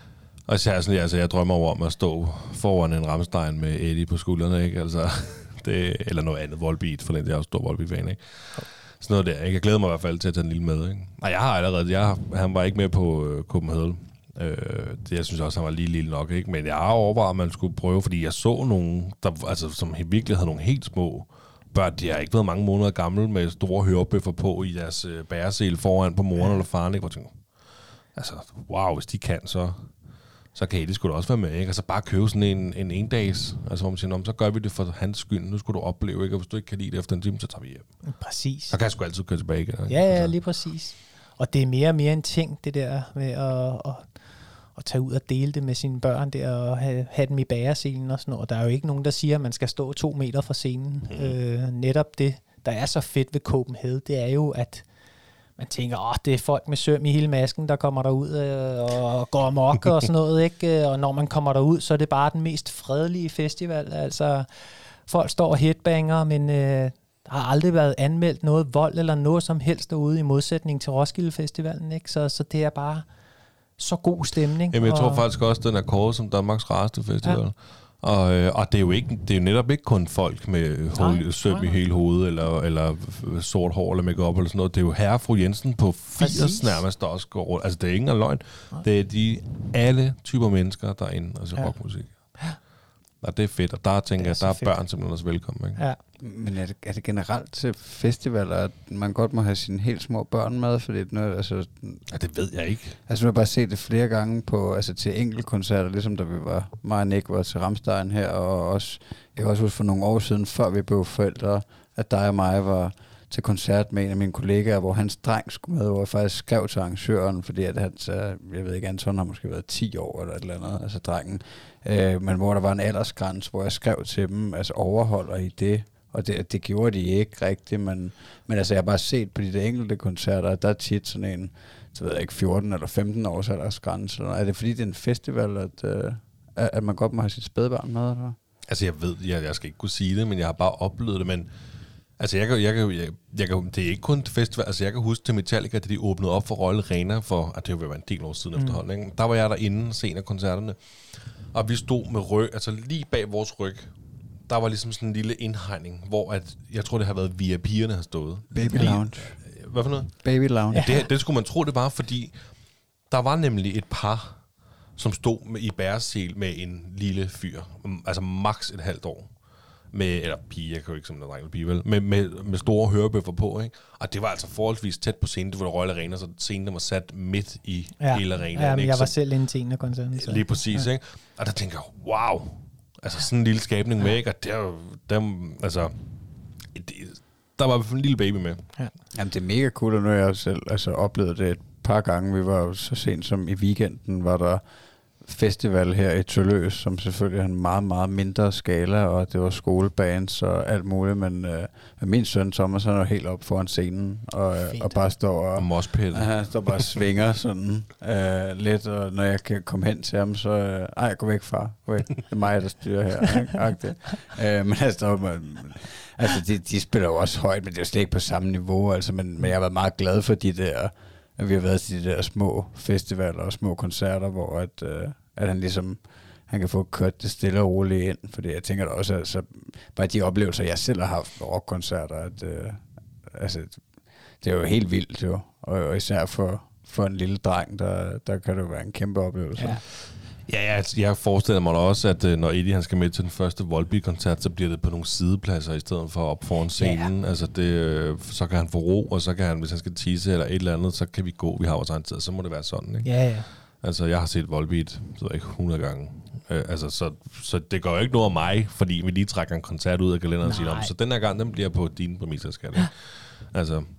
Og så er sådan, altså, jeg drømmer over om at stå foran en Rammstein med Eddie på skuldrene, ikke? Altså, det, eller noget andet, Volbeat, for den jeg er jo stor Volbeat-fan, ikke? Sådan noget der, ikke? Jeg glæder mig i hvert fald til at tage den lille med, ikke? Og jeg har allerede, jeg, han var ikke med på øh, Copenhagen. Øh, det, jeg synes også, han var lige lille nok, ikke? Men jeg har overvejet, at man skulle prøve, fordi jeg så nogen, der, altså, som virkelig havde nogle helt små børn. De har ikke været mange måneder gamle med store hørebøffer på i deres øh, bæresel foran på moren eller faren, ikke? Hvor jeg tænker, altså, wow, hvis de kan, så, så kan det sgu da også være med, ikke? Altså bare købe sådan en, en en-dags, altså hvor man siger, så gør vi det for hans skyld, nu skulle du opleve, ikke? Og hvis du ikke kan lide det efter en time, så tager vi hjem. Præcis. Så kan jeg sgu altid køre tilbage igen. Ja, ja, lige præcis. Og det er mere og mere en ting, det der med at, at, at tage ud og dele det med sine børn der, og have, have dem i bærescenen og sådan noget. Der er jo ikke nogen, der siger, at man skal stå to meter fra scenen. Mm. Øh, netop det, der er så fedt ved Copenhagen, det er jo, at man tænker, åh, det er folk med søm i hele masken, der kommer derud øh, og går amok og sådan noget, ikke? Og når man kommer derud, så er det bare den mest fredelige festival. Altså, folk står og headbanger, men øh, der har aldrig været anmeldt noget vold eller noget som helst derude, i modsætning til Roskilde Festivalen, ikke? Så, så det er bare så god stemning. Jamen, jeg og tror faktisk også, den er kåret som Danmarks rareste festival. Ja. Og, øh, og det er jo ikke, det er jo netop ikke kun folk med hoved, søm nej, nej. i hele hovedet, eller, eller sort hår, eller make-up, eller sådan noget. Det er jo herre og fru Jensen på firs præcis. Nærmest, der også går rundt. Altså, det er ikke engang løgn. Nej. Det er de alle typer mennesker, der er inde og ser ja. rockmusik. Ja. Og det er fedt, og der tænker jeg, at der er fedt. Børn simpelthen også velkommen. Ikke? Ja. Men er det, er det generelt til festivaler, at man godt må have sine helt små børn med? Fordi det noget, altså, ja, det ved jeg ikke. Altså, nu har jeg bare set det flere gange på, altså, til enkeltkoncerter, ligesom da vi var, mig og Nick var til Rammstein her, og også, jeg kan også huske for nogle år siden, før vi blev forældre, at dig og mig var til koncert med en af mine kollegaer, hvor hans dreng skulle med, hvor jeg faktisk skrev til arrangøren, fordi at han, jeg ved ikke, Anton har måske været ti år eller et eller andet, altså drengen, øh, men hvor der var en aldersgrænse, hvor jeg skrev til dem, altså overholder I det? Og det, det gjorde de ikke rigtigt, men, men altså jeg har bare set på de der enkelte koncerter, der er tit sådan en, så ved jeg ikke, fjorten eller femten års aldersgrænse. Er det fordi det er en festival, at, øh, at man godt må have sit spædbarn med? Eller? Altså jeg ved, jeg, jeg skal ikke kunne sige det, men jeg har bare oplevet det, men altså jeg kan, jeg kan, jeg, jeg kan, det er ikke kun festival, altså jeg kan huske til Metallica, da de åbnede op for Royal Arena for, at det jo var en del år siden mm. efterhånden, ikke? Der var jeg derinde sen af koncerterne, og vi stod med ryg, altså lige bag vores ryg, der var ligesom sådan en lille indhegning, hvor at, jeg tror, det har været V I P'erne har stået. Baby Lounge. Hvad for noget? Baby Lounge. Ja, det, det skulle man tro, det var, fordi der var nemlig et par, som stod med, i bæresel med en lille fyr, altså maks et halvt år. Med, eller pige, jeg kan jo ikke som en dreng eller pige, vel, med, med, med store hørebøffer på, ikke? Og det var altså forholdsvis tæt på scenen, det var Royal Arena, så scenen var sat midt i ja. hele arenaen. Ja, men ikke? jeg var så, selv inde til en af koncerten. Så. Lige præcis, ja. Ikke? Og der tænker jeg, wow, altså sådan en lille skabning med, ikke? Og der, der, altså, det, der var en lille baby med. Ja. Jamen, det er mega cool, og nu har jeg selv altså, oplevet det et par gange. Vi var jo så sent som i weekenden, var der festival her i Tølløs, som selvfølgelig har en meget, meget mindre skala, og det var skolebands og alt muligt, men øh, min søn Thomas, han er helt op foran scenen, og, øh, og bare står og, og moshpit. Han står bare og svinger sådan øh, lidt, og når jeg kan komme hen til ham, så øh, ej, gå væk, far, gå væk. Det er mig, der styrer her. Ikke? øh, men altså, man, altså de, de spiller jo også højt, men det er jo slet ikke på samme niveau, altså, men, men jeg har været meget glad for de der, at vi har været til de der små festivaler og små koncerter, hvor at, øh, at han ligesom, han kan få kørt det stille og roligt ind, fordi jeg tænker da også, altså, bare de oplevelser, jeg selv har haft med rockkoncerter, at øh, altså, det er jo helt vildt jo, og, og især for, for en lille dreng, der, der kan det jo være en kæmpe oplevelse. Ja. Ja, jeg, jeg forestiller mig da også, at når Eddie han skal med til den første Volbeat-koncert, så bliver det på nogle sidepladser i stedet for op foran scenen. Ja. Altså det, så kan han få ro, og så kan han, hvis han skal tease eller et eller andet, så kan vi gå. Vi har vores egen tid, så må det være sådan, ikke? Ja, ja. Altså, jeg har set Volbeat, så ved jeg ikke, hundrede gange. Øh, altså, så, så det går jo ikke noget af mig, fordi vi lige trækker en koncert ud af kalenderen og siger, så den her gang, den bliver på dine præmisser, skal det. Ja. Altså,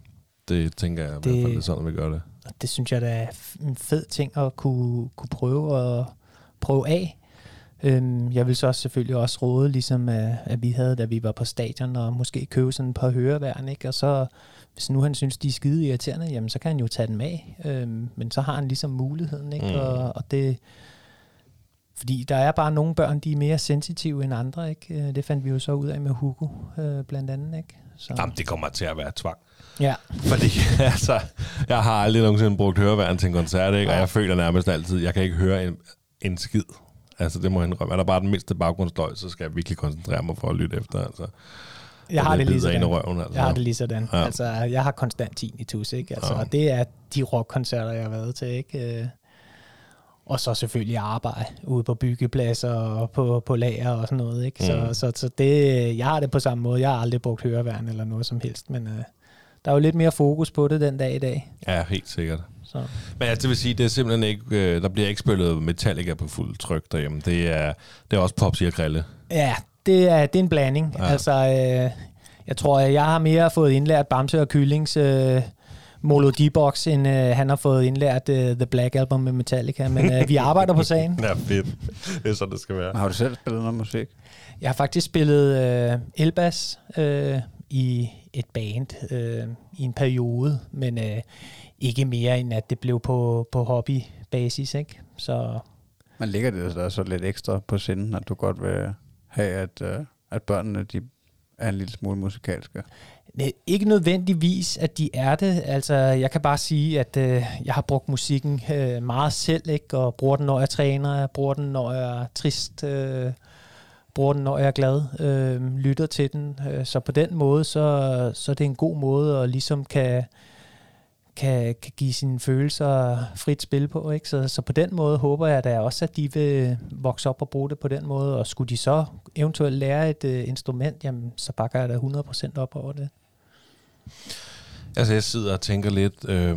Det tænker jeg, det, i hvert fald, det er sådan, vi gør det. Det synes jeg, der er en fed ting at kunne, kunne prøve at prøve af. Øhm, jeg vil så også selvfølgelig også råde, ligesom at, at vi havde, da vi var på stadion, og måske købe sådan et par høreværn, ikke? Og så, hvis nu han synes, de er skide irriterende, jamen så kan han jo tage dem af. Øhm, men så har han ligesom muligheden, ikke? Mm. Og, og det... Fordi der er bare nogle børn, de er mere sensitive end andre, ikke? Det fandt vi jo så ud af med Hugo, øh, blandt andet, ikke? Så. Jamen, det kommer til at være tvang. Ja. Fordi, altså, jeg har aldrig nogensinde brugt høreværn til en koncert, ikke? Og jeg føler nærmest altid, jeg kan ikke høre en, en skid. Altså, det må jeg indrømme. Er der bare den mindste baggrundsstøj, så skal jeg virkelig koncentrere mig for at lytte efter, altså. Jeg har det, det lige sådan. Røven, altså. Jeg har det lige sådan. Ja. Altså, jeg har konstant tinnitus, ikke? Altså, ja. Og det er de rockkoncerter, jeg har været til, ikke? Og så selvfølgelig arbejde ude på byggepladser og på, på lager og sådan noget, ikke? Mm. Så, så, så det, jeg har det på samme måde. Jeg har aldrig brugt høreværn eller noget som helst, men øh, der er jo lidt mere fokus på det den dag i dag. Ja, helt sikkert. Så. Men altså, det vil sige, det er simpelthen ikke, øh, der bliver ikke spillet Metallica på fuld tryk derhjemme. Det er, det er også Popsi og Krille. Ja, det er, det er en blanding. Ja. Altså, øh, jeg tror, jeg har mere fået indlært Bamse og Kyllings øh, Molodibox, end øh, han har fået indlært øh, The Black Album med Metallica. Men øh, vi arbejder på sagen. Ja, fedt. Det er sådan, det skal være. Har du selv spillet noget musik? Jeg har faktisk spillet øh, elbas øh, i et band øh, i en periode, men øh, ikke mere end at det blev på, på hobbybasis, ikke? Så man ligger det der så lidt ekstra på sinden, at du godt vil have, at, øh, at børnene de er en lille smule musikalske? Det ikke nødvendigvis, at de er det. Altså, jeg kan bare sige, at øh, jeg har brugt musikken øh, meget selv, ikke? Og bruger den, når jeg træner, jeg bruger den, når jeg er trist, øh, bruger den, når jeg er glad, øh, lytter til den. Øh, så på den måde, så, så er det en god måde at ligesom kan, kan, kan give sine følelser frit spil på, ikke? Så, så på den måde håber jeg da også, at de vil vokse op og bruge det på den måde, og skulle de så eventuelt lære et uh, instrument, jamen så bakker jeg da hundrede procent op over det. Altså jeg sidder og tænker lidt, øh,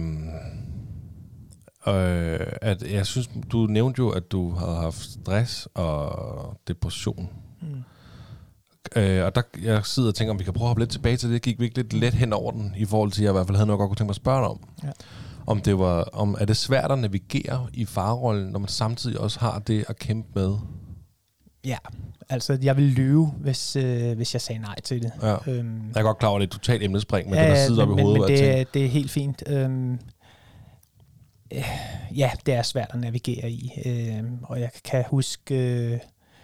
øh, at jeg synes, du nævnte jo, at du har haft stress og depression. Mm. Øh, og der, jeg sidder og tænker, om vi kan prøve at hoppe lidt tilbage til det. Det gik virkelig lidt let hen over den, i forhold til, at jeg i hvert fald havde noget godt kunne tænke mig at spørge dig om. Ja. Om det var, om er det svært at navigere i farrollen, når man samtidig også har det at kæmpe med? Ja, altså jeg ville lyve, hvis, øh, hvis jeg sagde nej til det. Ja. Øhm, jeg er godt klar over, at det er totalt emnespring, men ja, det der sidder men, op i hovedet. Men det, det er helt fint. Øhm, øh, ja, det er svært at navigere i. Øh, og jeg kan huske, øh,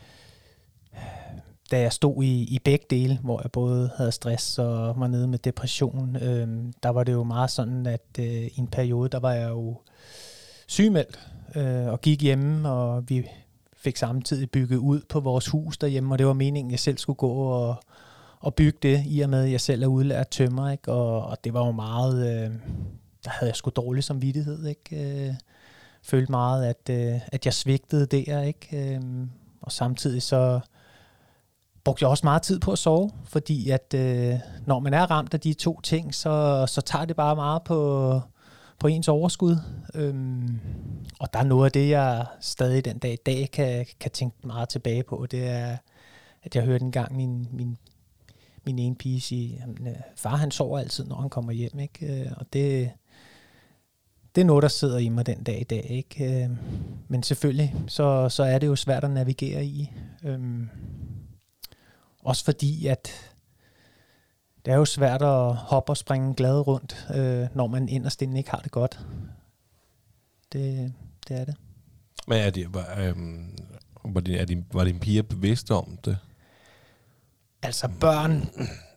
da jeg stod i, i begge dele, hvor jeg både havde stress og var nede med depression, øh, der var det jo meget sådan, at øh, i en periode, der var jeg jo sygemeldt øh, og gik hjemme, og vi fik samtidig bygget ud på vores hus derhjemme, og det var meningen, at jeg selv skulle gå og, og bygge det, i og med, at jeg selv er udlært tømrer, ikke? Og, og det var jo meget, øh, der havde jeg sgu dårlig samvittighed, ikke? Øh, følte meget, at, øh, at jeg svigtede der, ikke? Øh, og samtidig så brugte jeg også meget tid på at sove, fordi at øh, når man er ramt af de to ting, så, så tager det bare meget på, på ens overskud. Øhm, og der er noget af det, jeg stadig den dag i dag kan, kan tænke meget tilbage på, det er, at jeg hørte engang min, min, min ene pige sige, at far han sover altid, når han kommer hjem, ikke? Og det, det er noget, der sidder i mig den dag i dag, ikke? Men selvfølgelig, så, så er det jo svært at navigere i. Øhm, Også fordi, at det er jo svært at hoppe og springe glad rundt, øh, når man inderst inde ikke har det godt. Det, det er det. Men er, det, var, øhm, var, det, er din, var din piger bevidste om det? Altså børn,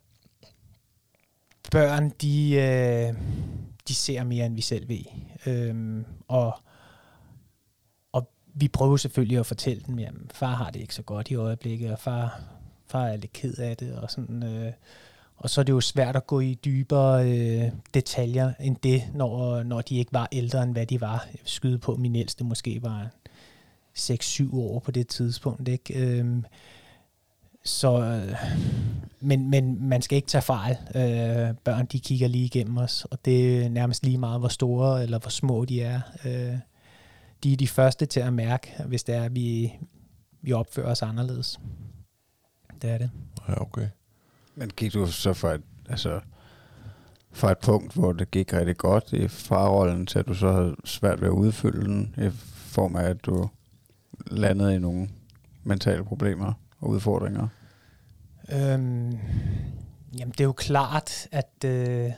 børn de, øh, de ser mere, end vi selv ved. Øhm, og, og vi prøver selvfølgelig at fortælle dem, at far har det ikke så godt i øjeblikket, og far... far er lidt ked af det, og sådan, øh, og så er det jo svært at gå i dybere øh, detaljer end det, når, når de ikke var ældre, end hvad de var. Jeg vil skyde på, min ældste måske var seks syv år på det tidspunkt, ikke? Øhm, så, øh, men, men man skal ikke tage fejl. Øh, børn, de kigger lige igennem os, og det er nærmest lige meget, hvor store eller hvor små de er. Øh, de er de første til at mærke, hvis det er, at vi, vi opfører os anderledes. Det er det. Ja, okay. Men gik du så for, at, altså, fra et punkt, hvor det gik rigtig godt i farrollen, til at du så havde svært ved at udfylde den, i form af, at du landede i nogle mentale problemer og udfordringer? Øhm, jamen, det er jo klart, at, øh,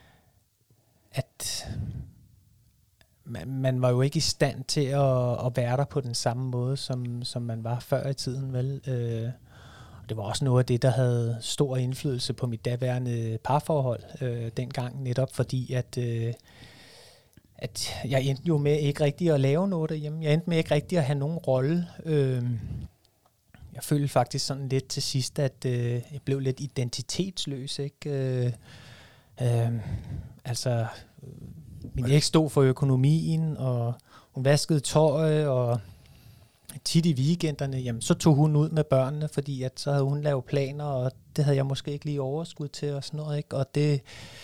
at man, man var jo ikke i stand til at, at være der på den samme måde, som, som man var før i tiden, vel? Øh, Det var også noget af det, der havde stor indflydelse på mit daværende parforhold øh, dengang, netop fordi, at, øh, at jeg endte jo med ikke rigtig at lave noget derhjemme. Jeg endte med ikke rigtig at have nogen rolle. Øh, jeg følte faktisk sådan lidt til sidst, at øh, jeg blev lidt identitetsløs, ikke? Øh, øh, altså, min eks stod for økonomien, og hun vaskede tøj, og tit i weekenderne, jamen, så tog hun ud med børnene, fordi at så havde hun lavet planer, og det havde jeg måske ikke lige overskud til og sådan noget, ikke? Og det,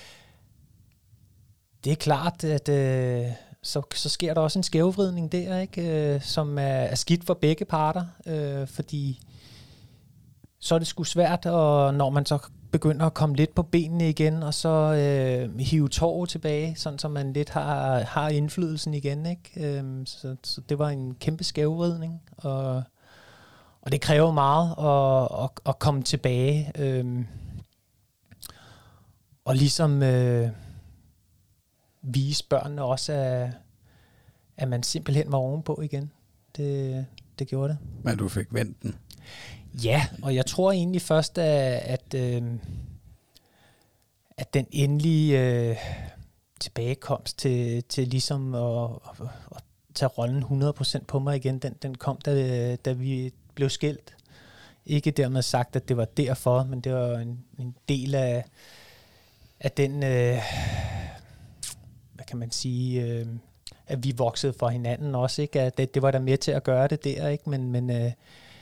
det er klart, at øh, så, så sker der også en skævvridning der, ikke? Øh, som er, er skidt for begge parter, øh, fordi så er det sgu svært, og når man så begynder at komme lidt på benene igen, og så øh, hive tårer tilbage, sådan så man lidt har, har indflydelsen igen, ikke? Øhm, så, så det var en kæmpe skævvridning, og, og det kræver meget at, at, at komme tilbage, øhm, og ligesom øh, vise børnene også, at, at man simpelthen var ovenpå igen. Det, det gjorde det. Men du fik vendt den. Ja, og jeg tror egentlig først, at, at, øh, at den endelige øh, tilbagekomst til, til ligesom at, at, at tage rollen hundrede procent på mig igen, den, den kom, da, da vi blev skilt. Ikke dermed sagt, at det var derfor, men det var en, en del af, af den, øh, hvad kan man sige, øh, at vi voksede for hinanden også, ikke? At det, det var der med til at gøre det der, ikke? Men, men øh,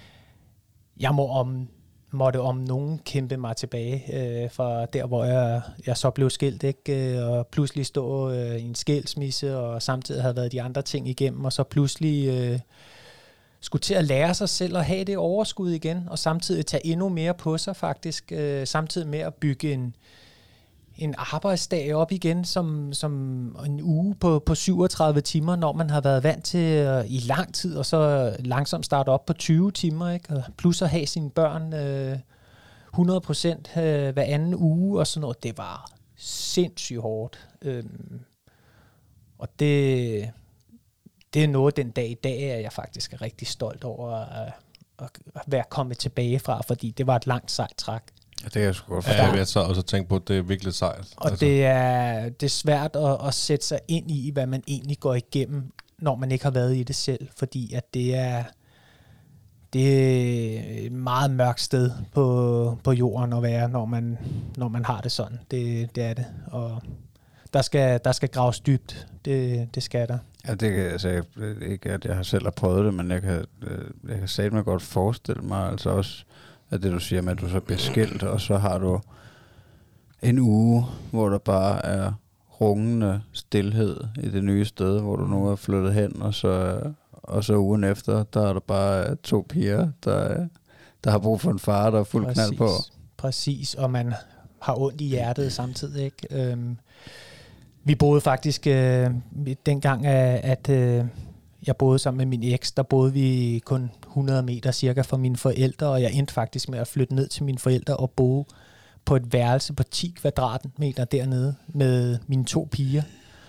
jeg må om, måtte om nogen kæmpe mig tilbage øh, fra der, hvor jeg, jeg så blev skilt, ikke? Og pludselig stå øh, i en skilsmisse, og samtidig havde været de andre ting igennem, og så pludselig øh, skulle til at lære sig selv at have det overskud igen, og samtidig tage endnu mere på sig faktisk, øh, samtidig med at bygge en, en arbejdsdag op igen, som, som en uge på, på syvogtredive timer, når man har været vant til uh, i lang tid, og så langsomt starte op på tyve timer, ikke? Og plus at have sine børn uh, hundrede procent uh, hver anden uge, og sådan noget. Det var sindssygt hårdt. Um, og det, det er noget den dag i dag, at jeg faktisk er rigtig stolt over at, at være kommet tilbage fra, fordi det var et langt sejt træk. Ja, det er jeg sgu godt Ja, jeg vil så også tænke på, at det er virkelig sejt. Og altså. det, er, det er svært at, at sætte sig ind i, hvad man egentlig går igennem, når man ikke har været i det selv, fordi at det er, det er et meget mørkt sted på, på jorden at være, når man, når man har det sådan. Det, det er det. Og der skal, der skal graves dybt. Det, det skal der. Ja, det kan altså ikke, at jeg har selv har prøvet det, men jeg kan, jeg kan satme godt forestille mig, altså også, at det du siger med, at du så bliver skilt, og så har du en uge, hvor der bare er rungende stilhed i det nye sted, hvor du nu er flyttet hen, og så, og så ugen efter, der er der bare to piger, der, der har brug for en far, der er fuld Præcis. knald på. Præcis, og man har ondt i hjertet samtidig, ikke? Øhm, vi boede faktisk, øh, dengang, at øh, jeg boede sammen med min eks, der boede vi kun hundrede meter cirka fra mine forældre, og jeg endte faktisk med at flytte ned til mine forældre og bo på et værelse på ti kvadratmeter dernede med mine to piger,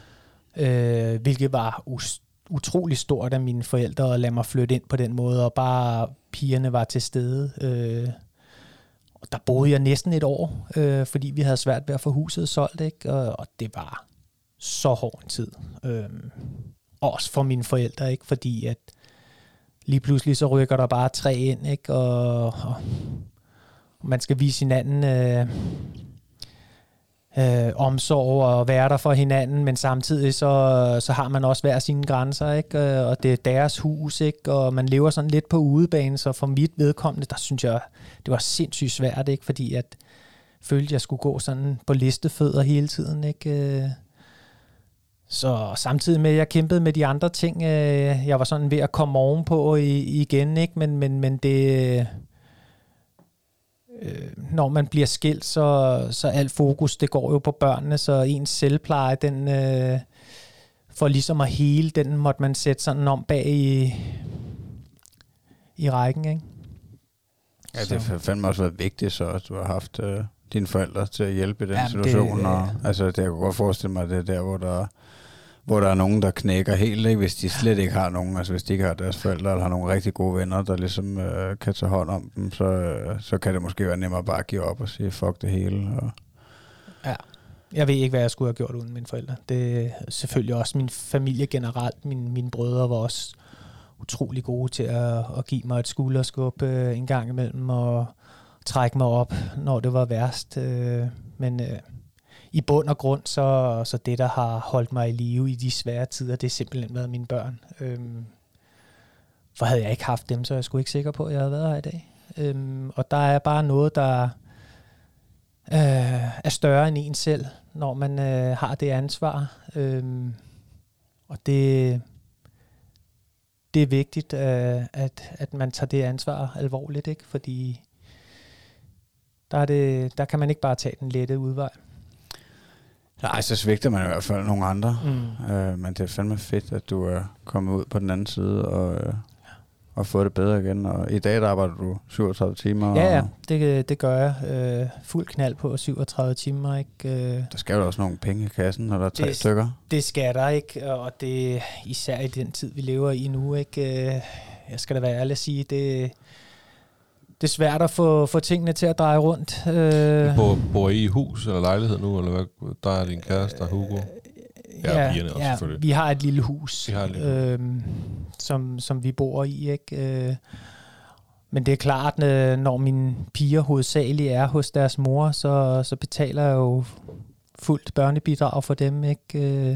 øh, hvilket var us- utrolig stort af mine forældre at lade mig flytte ind på den måde, og bare pigerne var til stede. Øh, og der boede jeg næsten et år, øh, fordi vi havde svært ved at få huset solgt, ikke? Og, og det var så hård en tid. Øh, også for mine forældre, ikke? Fordi at lige pludselig så rykker der bare tre ind, ikke? Og, og man skal vise hinanden øh, øh, omsorg og være der for hinanden, men samtidig så, så har man også hver sine grænser, ikke? Og det er deres hus, ikke? Og man lever sådan lidt på udebane, så for mit vedkommende, der synes jeg, det var sindssygt svært, ikke? Fordi at jeg følte, at jeg skulle gå sådan på listefødder hele tiden, ikke? Så samtidig med, at jeg kæmpede med de andre ting, øh, jeg var sådan ved at komme ovenpå i, igen, ikke? Men, men, men det, øh, når man bliver skilt, så, så alt fokus, det går jo på børnene, så ens selvpleje, den øh, for ligesom at hele, den måtte man sætte sådan om bag i, i rækken, ikke? Ja, det har fandme også været vigtigt så, at du har haft øh, dine forældre til at hjælpe i den Jamen, situation. det, og, altså, det, jeg kunne godt forestille mig, det er der, hvor der, hvor der er nogen, der knækker helt, ikke? Hvis de slet ikke har nogen, altså hvis de ikke har deres forældre, eller har nogle rigtig gode venner, der ligesom øh, kan tage hånd om dem, så, øh, så kan det måske være nemmere bare at give op og sige, fuck det hele. Og ja, jeg ved ikke, hvad jeg skulle have gjort uden mine forældre. Det er selvfølgelig også min familie generelt. Mine, mine brødre var også utrolig gode til at, at give mig et skulderskub øh, en gang imellem, og trække mig op, når det var værst. Øh, men øh, i bund og grund, så, så det, der har holdt mig i live i de svære tider, det har simpelthen været mine børn. Øhm, for havde jeg ikke haft dem, så er jeg sgu ikke sikker på, at jeg havde været her i dag. Øhm, og der er bare noget, der øh, er større end en selv, når man øh, har det ansvar. Øhm, og det, det er vigtigt, øh, at, at man tager det ansvar alvorligt, ikke? Fordi der, er det, der kan man ikke bare tage den lette udvej. nej, så svigter man i hvert fald nogle andre. Mm. Øh, men det er fandme fedt, at du er kommet ud på den anden side og, øh, og fået det bedre igen. Og i dag der arbejder du syvogtredive timer. Ja, ja, det, det gør jeg. Øh, fuld knald på syvogtredive timer. Ikke? Øh, der skal jo også nogle penge i kassen, når der er tre det, stykker. Det skal der ikke, og det især i den tid, vi lever i nu. Ikke? Øh, jeg skal da være ærlig at sige, det Det er svært at få, få tingene til at dreje rundt. Øh, bor, bor I i hus eller lejlighed nu, eller hvad? Der er din kæreste, der er Hugo? Ja, ja, pigerne også, ja, selvfølgelig. vi har et lille hus, Vi har et lille hus. Øhm, som, som vi bor i. Ikke? Øh, men det er klart, når mine piger hovedsageligt er hos deres mor, så, så betaler jeg jo fuldt børnebidrag for dem, ikke? Øh,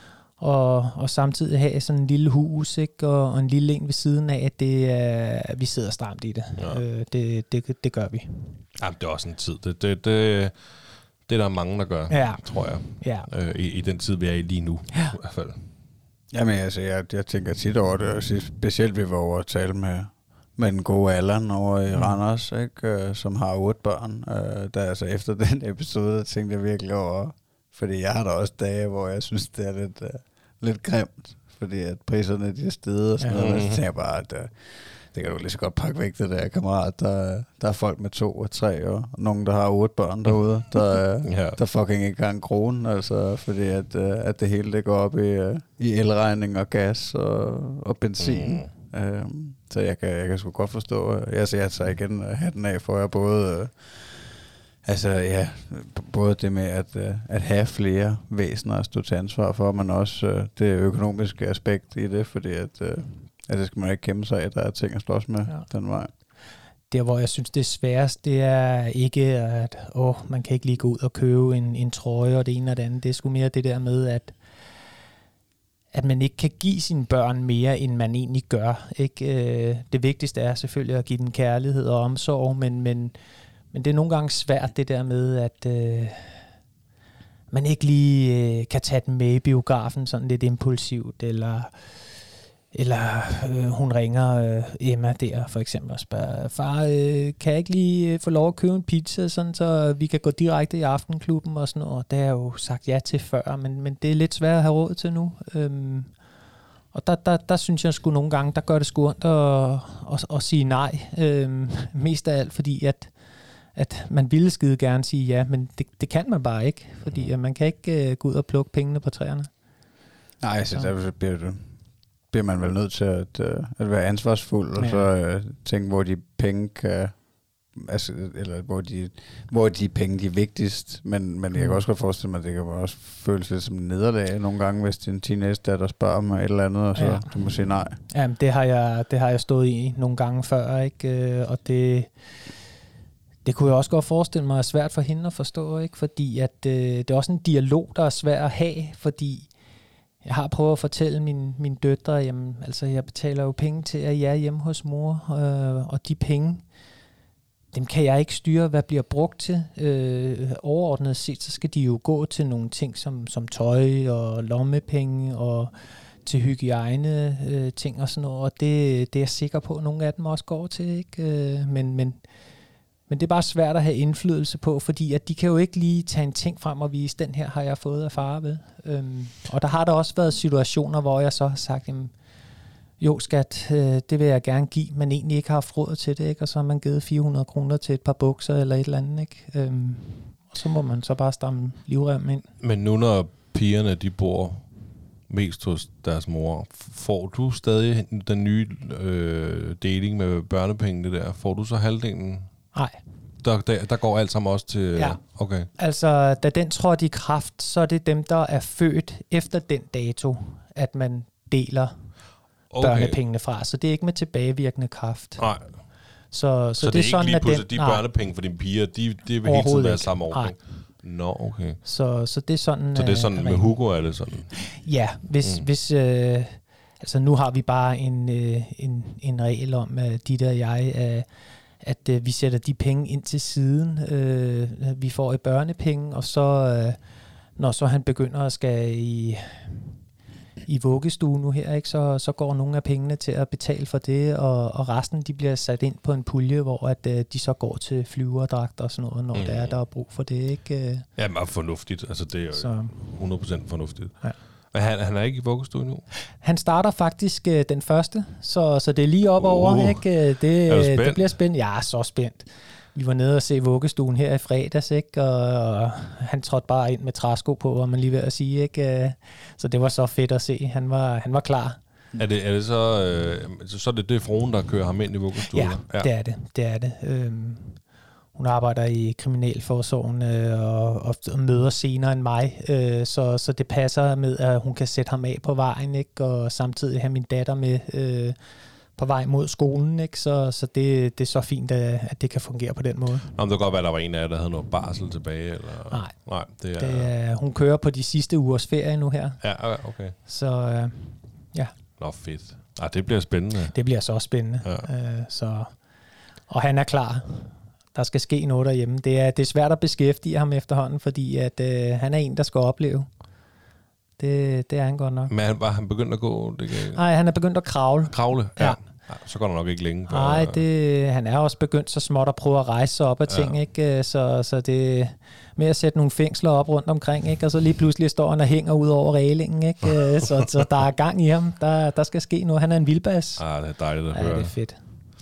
Og, og samtidig have sådan en lille hus, ikke? Og, og en lille en ved siden af, at det er, vi sidder stramt i det. Ja. Øh, det, det. Det gør vi. Jamen, det er også en tid. Det, det, det, det er der mange, der gør, ja. tror jeg. Ja. Øh, i, I den tid, vi er i lige nu, ja. i hvert fald. Jamen, altså, jeg, jeg tænker tit over det, og specielt vi var over at tale med, med den gode Allan over i mm. Randers, ikke? Øh, som har otte børn. Øh, der, altså, efter den episode, der tænkte jeg virkelig over. Fordi jeg har da også dage, hvor jeg synes, det er lidt, uh, lidt grimt, fordi at priserne de er steget og sådan ja. noget. Så tænker jeg bare, at uh, det kan du lige så godt pakke væk, det der, kammerat. Der, der er folk med to og tre, og nogen, der har otte børn derude, der, ja. der fucking ikke har en krone, altså, fordi at, uh, at det hele det går op i, uh, i elregning og gas og, og benzin. Mm. Uh, så jeg kan, jeg kan sgu godt forstå, uh, jeg ser altså igen uh, hatten af for jer både... Uh, Altså ja, både det med at, at have flere væsener at stå til ansvar for, men også det økonomiske aspekt i det, fordi at, at det skal man ikke kæmpe sig af, at der er ting at slås med ja. den vej. Der, hvor jeg synes, det er sværest, det er ikke, at åh, man kan ikke lige gå ud og købe en, en trøje og det ene og det andet. Det er sgu mere det der med, at, at man ikke kan give sine børn mere, end man egentlig gør. Ikke? Det vigtigste er selvfølgelig at give den kærlighed og omsorg, men... men Men det er nogle gange svært, det der med, at øh, man ikke lige øh, kan tage den med i biografen sådan lidt impulsivt, eller, eller øh, hun ringer øh, Emma der for eksempel og spørger, far, øh, kan jeg ikke lige øh, få lov at købe en pizza, sådan, så vi kan gå direkte i aftenklubben og sådan noget. Det har jeg jo sagt ja til før, men, men det er lidt svært at have råd til nu. Øhm, og der, der, der synes jeg sgu nogle gange, der gør det sgu ondt at, at, at sige nej. Øhm, mest af alt fordi, at at man ville skide gerne sige ja, men det, det kan man bare ikke, fordi at man kan ikke uh, gå ud og plukke pengene på træerne. Nej, så, så. Der bliver, det, bliver man vel nødt til at, uh, at være ansvarsfuld, og ja. så uh, tænke, hvor de penge kan, altså, eller hvor de, hvor de penge de er vigtigst, men, men jeg kan også godt forestille mig, at det kan også føles lidt som en nederlag nogle gange, hvis din teenage der spørger mig et eller andet, og så ja. du må sige nej. Jamen, det har jeg, det har jeg stået i nogle gange før, ikke? Og det... Det kunne jeg også godt forestille mig er svært for hende at forstå, ikke? Fordi at, øh, det er også en dialog, der er svær at have, fordi jeg har prøvet at fortælle mine, mine døtre, jamen, altså jeg betaler jo penge til, at jeg er hjemme hos mor, øh, og de penge, dem kan jeg ikke styre, hvad bliver brugt til. Øh, overordnet set, så skal de jo gå til nogle ting som, som tøj og lommepenge og til hygiejne øh, ting og sådan noget, og det, det er jeg sikker på, at nogle af dem også går til, ikke? Øh, men, men Men det er bare svært at have indflydelse på, fordi at de kan jo ikke lige tage en ting frem og vise, den her har jeg fået af far ved. Øhm, og der har der også været situationer, hvor jeg så har sagt, jamen, jo skat, øh, det vil jeg gerne give, men egentlig ikke har haft råd til det, ikke? Og så har man givet fire hundrede kroner til et par bukser eller et eller andet, ikke? Øhm, og så må man så bare stamme livremmen ind. Men nu når pigerne, de bor mest hos deres mor, får du stadig den nye øh, deling med børnepengene der? Får du så halvdelen? Nej. Der, der, der går alt sammen også til... Ja. Okay. Altså, da den trådte i kraft, så er det dem, der er født efter den dato, at man deler okay. børnepengene fra. Så det er ikke med tilbagevirkende kraft. Nej. Så, så, så det, det er er sådan, ikke lige at pludselig den, de børnepenge for dine piger, de, de vil hele tiden være samme ordning? Nå, okay. Så, så det er sådan... Så det er sådan, øh, med Hugo er det sådan? Ja, hvis... Mm. hvis øh, altså, nu har vi bare en, øh, en, en regel om, at de der og jeg... Øh, at øh, vi sætter de penge ind til siden, øh, vi får i børnepenge, og så, øh, når så han begynder at skal i, i vuggestue nu her, ikke, så, så går nogle af pengene til at betale for det, og, og resten de bliver sat ind på en pulje, hvor at, øh, de så går til flyverdragter og sådan noget, når mm. der er der er brug for det. Ikke? Ja, men fornuftigt. Altså, det er jo så hundrede procent fornuftigt. Ja. Men han, han er ikke i vuggestue nu? Han starter faktisk øh, den første, så, så det er lige op uh, over. Ikke? Det, det bliver spændende. Jeg er så spændt. Vi var nede og se vuggestuen her i fredags, ikke? Og, og han trådte bare ind med træsko på, var man lige ved at sige. Ikke? Så det var så fedt at se. Han var, han var klar. Er det, er det så, øh, så er det det fruen, der kører ham ind i vuggestuen? Ja, ja, det er det. det, er det. Øhm, Hun arbejder i kriminalforsorgen øh, og, og, og møder senere end mig, øh, så, så det passer med, at hun kan sætte ham af på vejen, ikke? Og samtidig have min datter med øh, på vej mod skolen. Ikke? Så, så det, det er så fint, at, at det kan fungere på den måde. Nå, men det kan godt være, at der var en af jer, der havde noget barsel tilbage? Eller? Nej, Nej det er... Det er, hun kører på de sidste ugers ferie nu her. Ja, okay. Så øh, ja. Nå, fedt. Ah, det bliver spændende. Det bliver så spændende. Ja. Øh, så, og han er klar. Der skal ske noget derhjemme. Det er, det er svært at beskæftige ham efterhånden, fordi at, øh, han er en, der skal opleve. Det, det er han godt nok. Men var han begyndt at gå? Det kan... Nej, han er begyndt at kravle. Kravle? Ja. ja. ja så går der nok ikke længe. Nej, det, han er også begyndt så småt at prøve at rejse sig op af ting. Ja. Ikke? Så, så det med at sætte nogle fængsler op rundt omkring, ikke? Og så lige pludselig står han og hænger ud over reglingen. Ikke? så, så der er gang i ham. Der, der skal ske noget. Han er en vildbas. Ah, det er dejligt at ja, høre. Ja, det er fedt.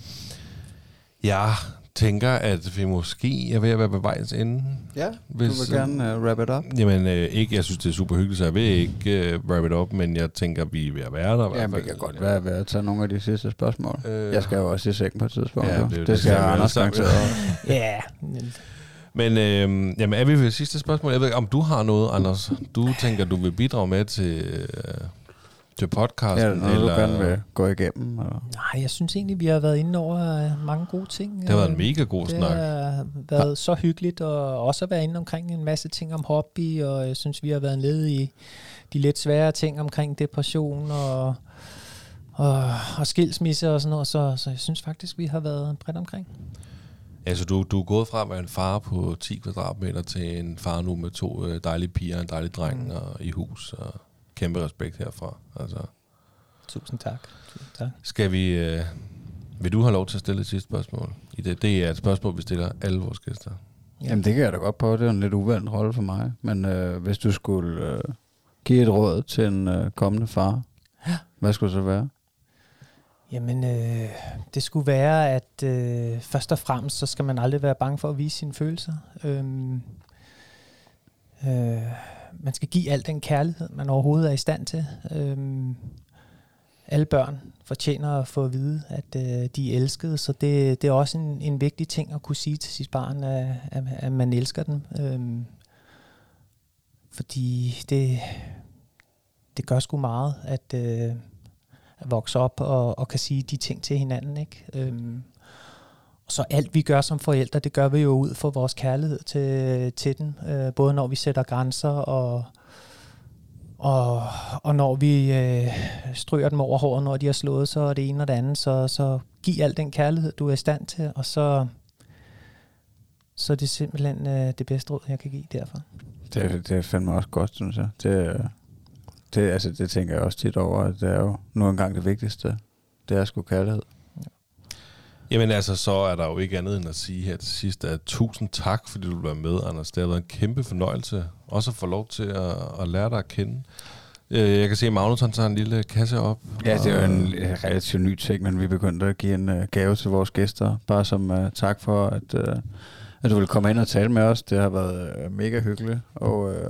Ja, tænker, at vi måske er ved at være ved vejs ende. Ja, hvis, du vil gerne uh, wrap it up. Jamen, øh, ikke, jeg synes, det er super hyggeligt, så jeg vil ikke uh, wrap it up, men jeg tænker, vi er ved at være der. Ja, vi kan godt være ved at tage nogle af de sidste spørgsmål. Øh, jeg skal jo også i seng på et tidspunkt. Ja, det, det, det skal jeg Anders garanteret. Ja. Men øh, jamen, er vi ved sidste spørgsmål? Jeg ved ikke, om du har noget, Anders, du tænker, du vil bidrage med til... Øh, til podcasten? Ja, noget, eller... du gerne vil gå igennem? Eller? Nej, jeg synes egentlig, vi har været inde over mange gode ting. Det har været en mega god det snak. Det har været ja. så hyggeligt, og også at være inde omkring en masse ting om hobby, og jeg synes, vi har været nede i de lidt svære ting omkring depression og, og, og skilsmisse og sådan noget, så, så jeg synes faktisk, vi har været bredt omkring. Altså, du, du er gået fra at være en far på ti kvadratmeter til en far nu med to øh, dejlige piger, en dejlig dreng mm. og i hus, og kæmpe respekt herfra. Altså. Tusind tak. Tusind tak. Skal vi... Øh, vil du have lov til at stille et sidste spørgsmål? I det, det er et spørgsmål, vi stiller alle vores gæster. Ja. Jamen, det kan jeg da godt på. Det er en lidt uvandt rolle for mig. Men øh, hvis du skulle øh, give et råd til en øh, kommende far, ja. Hvad skulle det så være? Jamen, øh, det skulle være, at øh, først og fremmest, så skal man aldrig være bange for at vise sine følelser. Øhm, øh, Man skal give al den kærlighed, man overhovedet er i stand til. Øhm, alle børn fortjener at få at vide, at øh, de er elskede, så det, det er også en, en vigtig ting at kunne sige til sit barn, at, at, at man elsker dem. Øhm, fordi det, det gør sgu meget, at, øh, at vokse op og, og kan sige de ting til hinanden, ikke? Øhm, Så alt vi gør som forældre, det gør vi jo ud for vores kærlighed til, til dem. Øh, både når vi sætter grænser, og, og, og når vi øh, stryger dem over håret, når de har slået sig, og det ene og det andet. Så, så giv al den kærlighed, du er i stand til, og så, så er det simpelthen øh, det bedste råd, jeg kan give derfor. Det, det er fandme også godt, synes jeg. Det, det, altså, det tænker jeg også tit over, at det er jo nu engang det vigtigste. Det er sgu kærlighed. Jamen altså, så er der jo ikke andet end at sige her til sidst, at tusind tak, fordi du vil være med, Anders. Det har været en kæmpe fornøjelse også at få lov til at, at lære dig at kende. Jeg kan se, at Magnus tager en lille kasse op. Ja, det er jo en relativt ny ting, men vi begyndte at give en uh, gave til vores gæster, bare som uh, tak for, at, uh, at du ville komme ind og tale med os. Det har været uh, mega hyggeligt, og, uh,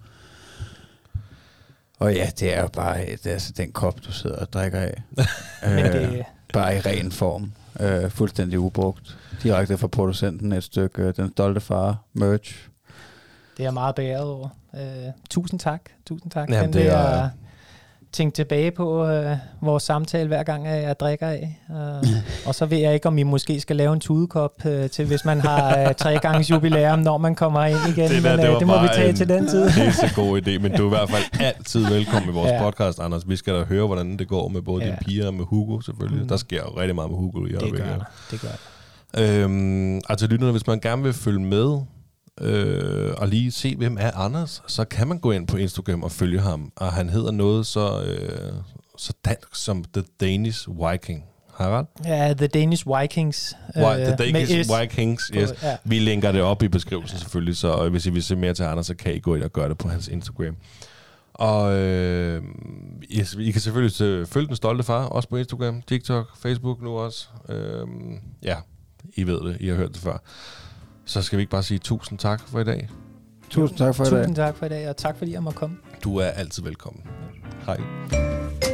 og ja, det er jo bare det er altså den kop, du sidder og drikker af. uh, det... Bare i ren form. Uh, fuldstændig ubrugt. Direkte fra producenten et stykke uh, Den Stolte Far merch. Det er jeg meget beæret over. Uh, tusind tak. Tusind tak. Jamen, Den vil jeg tænke tilbage på uh, vores samtale, hver gang jeg drikker af. Uh, og så ved jeg ikke, om I måske skal lave en tudekop uh, til, hvis man har uh, tre ganges jubilæum, når man kommer ind igen. Det, der, men, uh, det, det må vi tage en, til den tid. Det er så god idé, men du er i hvert fald altid velkommen i vores ja. podcast, Anders. Vi skal da høre, hvordan det går med både ja. dine piger og med Hugo, selvfølgelig. Mm. Der sker jo rigtig meget med Hugo. I det gør det. Det gør det. Øhm, altså lytterne, hvis man gerne vil følge med, Øh, og lige se, hvem er Anders, så kan man gå ind på Instagram og følge ham. Og han hedder noget så, øh, så dansk som The Danish Viking. Har jeg ret? Ja, The Danish Vikings. Why, the Danish Vikings, yes. Ja. Vi linker det op i beskrivelsen selvfølgelig, så hvis I vil se mere til Anders, så kan I gå ind og gøre det på hans Instagram. Og øh, yes, I kan selvfølgelig følge Den Stolte Far, også på Instagram, TikTok, Facebook nu også. Øh, ja, I ved det, I har hørt det før. Så skal vi ikke bare sige tusind tak for i dag. Tusind tak for i dag. Tusind tak for i dag, og tak fordi jeg måtte komme. Du er altid velkommen. Hej.